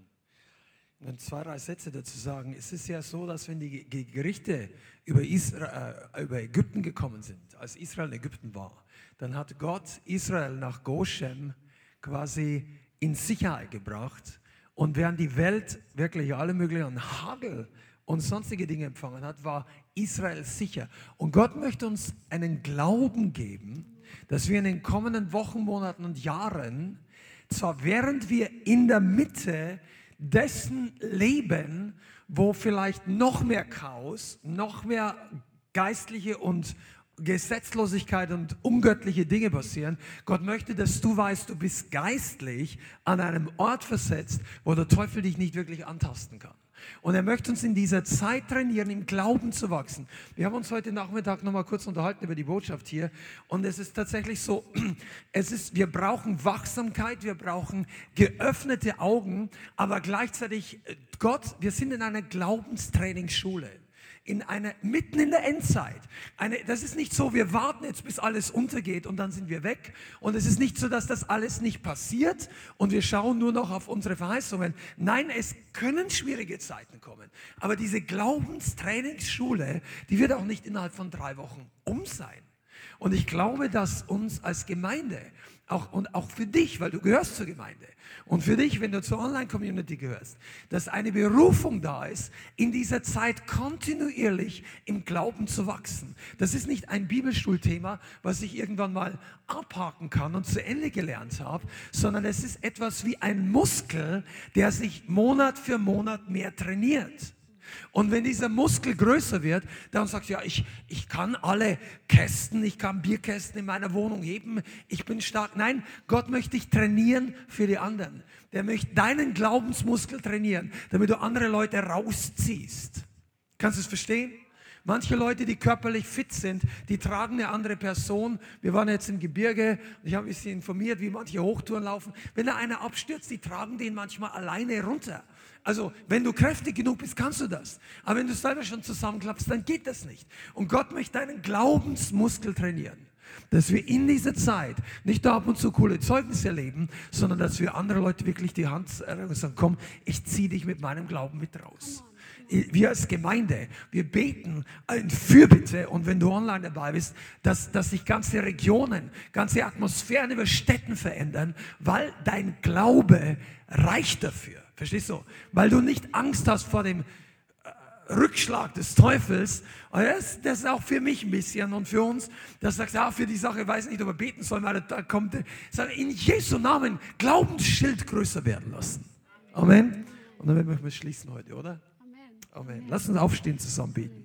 Und zwei, drei Sätze dazu sagen. Es ist ja so, dass wenn die Gerichte über, Israel, äh, über Ägypten gekommen sind, als Israel in Ägypten war, dann hat Gott Israel nach Goshen quasi in Sicherheit gebracht. Und während die Welt wirklich alle möglichen Hagel und sonstige Dinge empfangen hat, war Israel sicher. Und Gott möchte uns einen Glauben geben, dass wir in den kommenden Wochen, Monaten und Jahren, zwar während wir in der Mitte dessen leben, wo vielleicht noch mehr Chaos, noch mehr geistliche und Gesetzlosigkeit und ungöttliche Dinge passieren. Gott möchte, dass du weißt, du bist geistlich an einem Ort versetzt, wo der Teufel dich nicht wirklich antasten kann. Und er möchte uns in dieser Zeit trainieren, im Glauben zu wachsen. Wir haben uns heute Nachmittag noch mal kurz unterhalten über die Botschaft hier. Und es ist tatsächlich so, es ist, wir brauchen Wachsamkeit, wir brauchen geöffnete Augen, aber gleichzeitig, Gott, wir sind in einer Glaubenstrainingsschule. In einer, mitten in der Endzeit. Eine, das ist nicht so, wir warten jetzt, bis alles untergeht und dann sind wir weg. Und es ist nicht so, dass das alles nicht passiert und wir schauen nur noch auf unsere Verheißungen. Nein, es können schwierige Zeiten kommen. Aber diese Glaubenstrainingsschule, die wird auch nicht innerhalb von drei Wochen um sein. Und ich glaube, dass uns als Gemeinde, auch, und auch für dich, weil du gehörst zur Gemeinde, und für dich, wenn du zur Online-Community gehörst, dass eine Berufung da ist, in dieser Zeit kontinuierlich im Glauben zu wachsen. Das ist nicht ein Bibelschulthema, was ich irgendwann mal abhaken kann und zu Ende gelernt habe, sondern es ist etwas wie ein Muskel, der sich Monat für Monat mehr trainiert. Und wenn dieser Muskel größer wird, dann sagst du, ja, ich, ich kann alle Kästen, ich kann Bierkästen in meiner Wohnung heben, ich bin stark. Nein, Gott möchte dich trainieren für die anderen. Der möchte deinen Glaubensmuskel trainieren, damit du andere Leute rausziehst. Kannst du es verstehen? Manche Leute, die körperlich fit sind, die tragen eine andere Person. Wir waren jetzt im Gebirge, ich habe ein bisschen informiert, wie manche Hochtouren laufen. Wenn da einer abstürzt, die tragen den manchmal alleine runter. Also, wenn du kräftig genug bist, kannst du das. Aber wenn du es selber schon zusammenklappst, dann geht das nicht. Und Gott möchte deinen Glaubensmuskel trainieren. Dass wir in dieser Zeit nicht nur ab und zu coole Zeugnisse erleben, sondern dass wir andere Leute wirklich die Hand und sagen, komm, ich ziehe dich mit meinem Glauben mit raus. Wir als Gemeinde, wir beten in Fürbitte und wenn du online dabei bist, dass, dass sich ganze Regionen, ganze Atmosphären über Städten verändern, weil dein Glaube reicht dafür. Verstehst du? Weil du nicht Angst hast vor dem äh, Rückschlag des Teufels. Und das, das ist auch für mich ein bisschen und für uns, dass du sagst, ja, für die Sache weiß ich nicht, ob wir beten sollen, weil da kommt, sag, in Jesu Namen Glaubensschild größer werden lassen. Amen. Und damit möchten wir schließen heute, oder? Amen. Lass uns aufstehen, zusammen beten.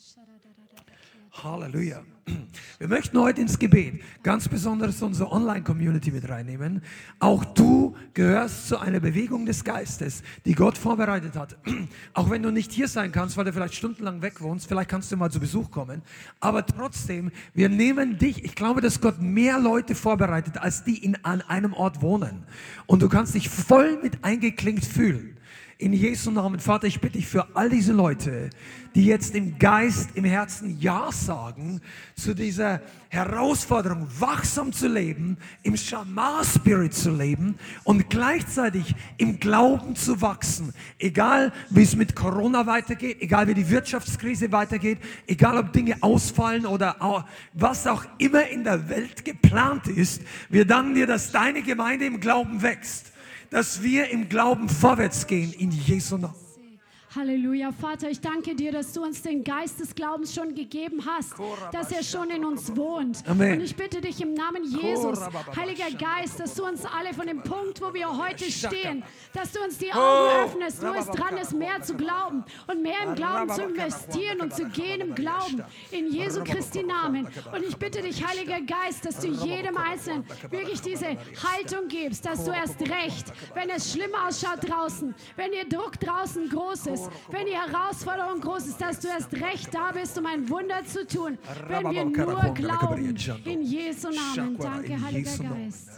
Halleluja. Wir möchten heute ins Gebet ganz besonders unsere Online-Community mit reinnehmen. Auch du gehörst zu einer Bewegung des Geistes, die Gott vorbereitet hat. Auch wenn du nicht hier sein kannst, weil du vielleicht stundenlang weg wohnst, vielleicht kannst du mal zu Besuch kommen. Aber trotzdem, wir nehmen dich. Ich glaube, dass Gott mehr Leute vorbereitet, als die in, an einem Ort wohnen. Und du kannst dich voll mit eingeklinkt fühlen. In Jesu Namen, Vater, ich bitte dich für all diese Leute, die jetzt im Geist, im Herzen Ja sagen zu dieser Herausforderung, wachsam zu leben, im Shamar-Spirit zu leben und gleichzeitig im Glauben zu wachsen. Egal, wie es mit Corona weitergeht, egal, wie die Wirtschaftskrise weitergeht, egal, ob Dinge ausfallen oder was auch immer in der Welt geplant ist. Wir danken dir, dass deine Gemeinde im Glauben wächst, dass wir im Glauben vorwärts gehen, in Jesu Namen. Halleluja, Vater, ich danke dir, dass du uns den Geist des Glaubens schon gegeben hast, dass er schon in uns wohnt. Amen. Und ich bitte dich im Namen Jesus, Heiliger Geist, dass du uns alle von dem Punkt, wo wir heute stehen, dass du uns die Augen öffnest, wo es dran ist, mehr zu glauben und mehr im Glauben zu investieren und zu gehen im Glauben, in Jesu Christi Namen. Und ich bitte dich, Heiliger Geist, dass du jedem Einzelnen wirklich diese Haltung gibst, dass du erst recht, wenn es schlimm ausschaut draußen, wenn der Druck draußen groß ist, wenn die Herausforderung groß ist, dass du erst recht da bist, um ein Wunder zu tun, wenn wir nur glauben. In Jesu Namen. Danke, Heiliger Geist.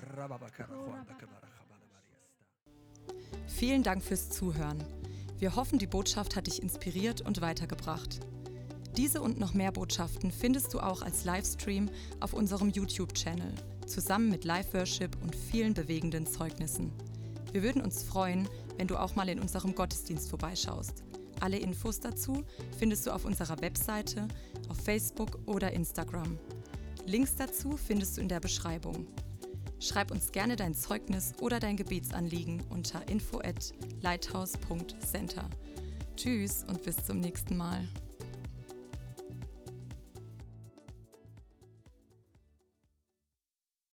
Vielen Dank fürs Zuhören. Wir hoffen, die Botschaft hat dich inspiriert und weitergebracht. Diese und noch mehr Botschaften findest du auch als Livestream auf unserem YouTube-Channel, zusammen mit Live-Worship und vielen bewegenden Zeugnissen. Wir würden uns freuen, wenn du auch mal in unserem Gottesdienst vorbeischaust. Alle Infos dazu findest du auf unserer Webseite, auf Facebook oder Instagram. Links dazu findest du in der Beschreibung. Schreib uns gerne dein Zeugnis oder dein Gebetsanliegen unter info at lighthouse punkt center. Tschüss und bis zum nächsten Mal.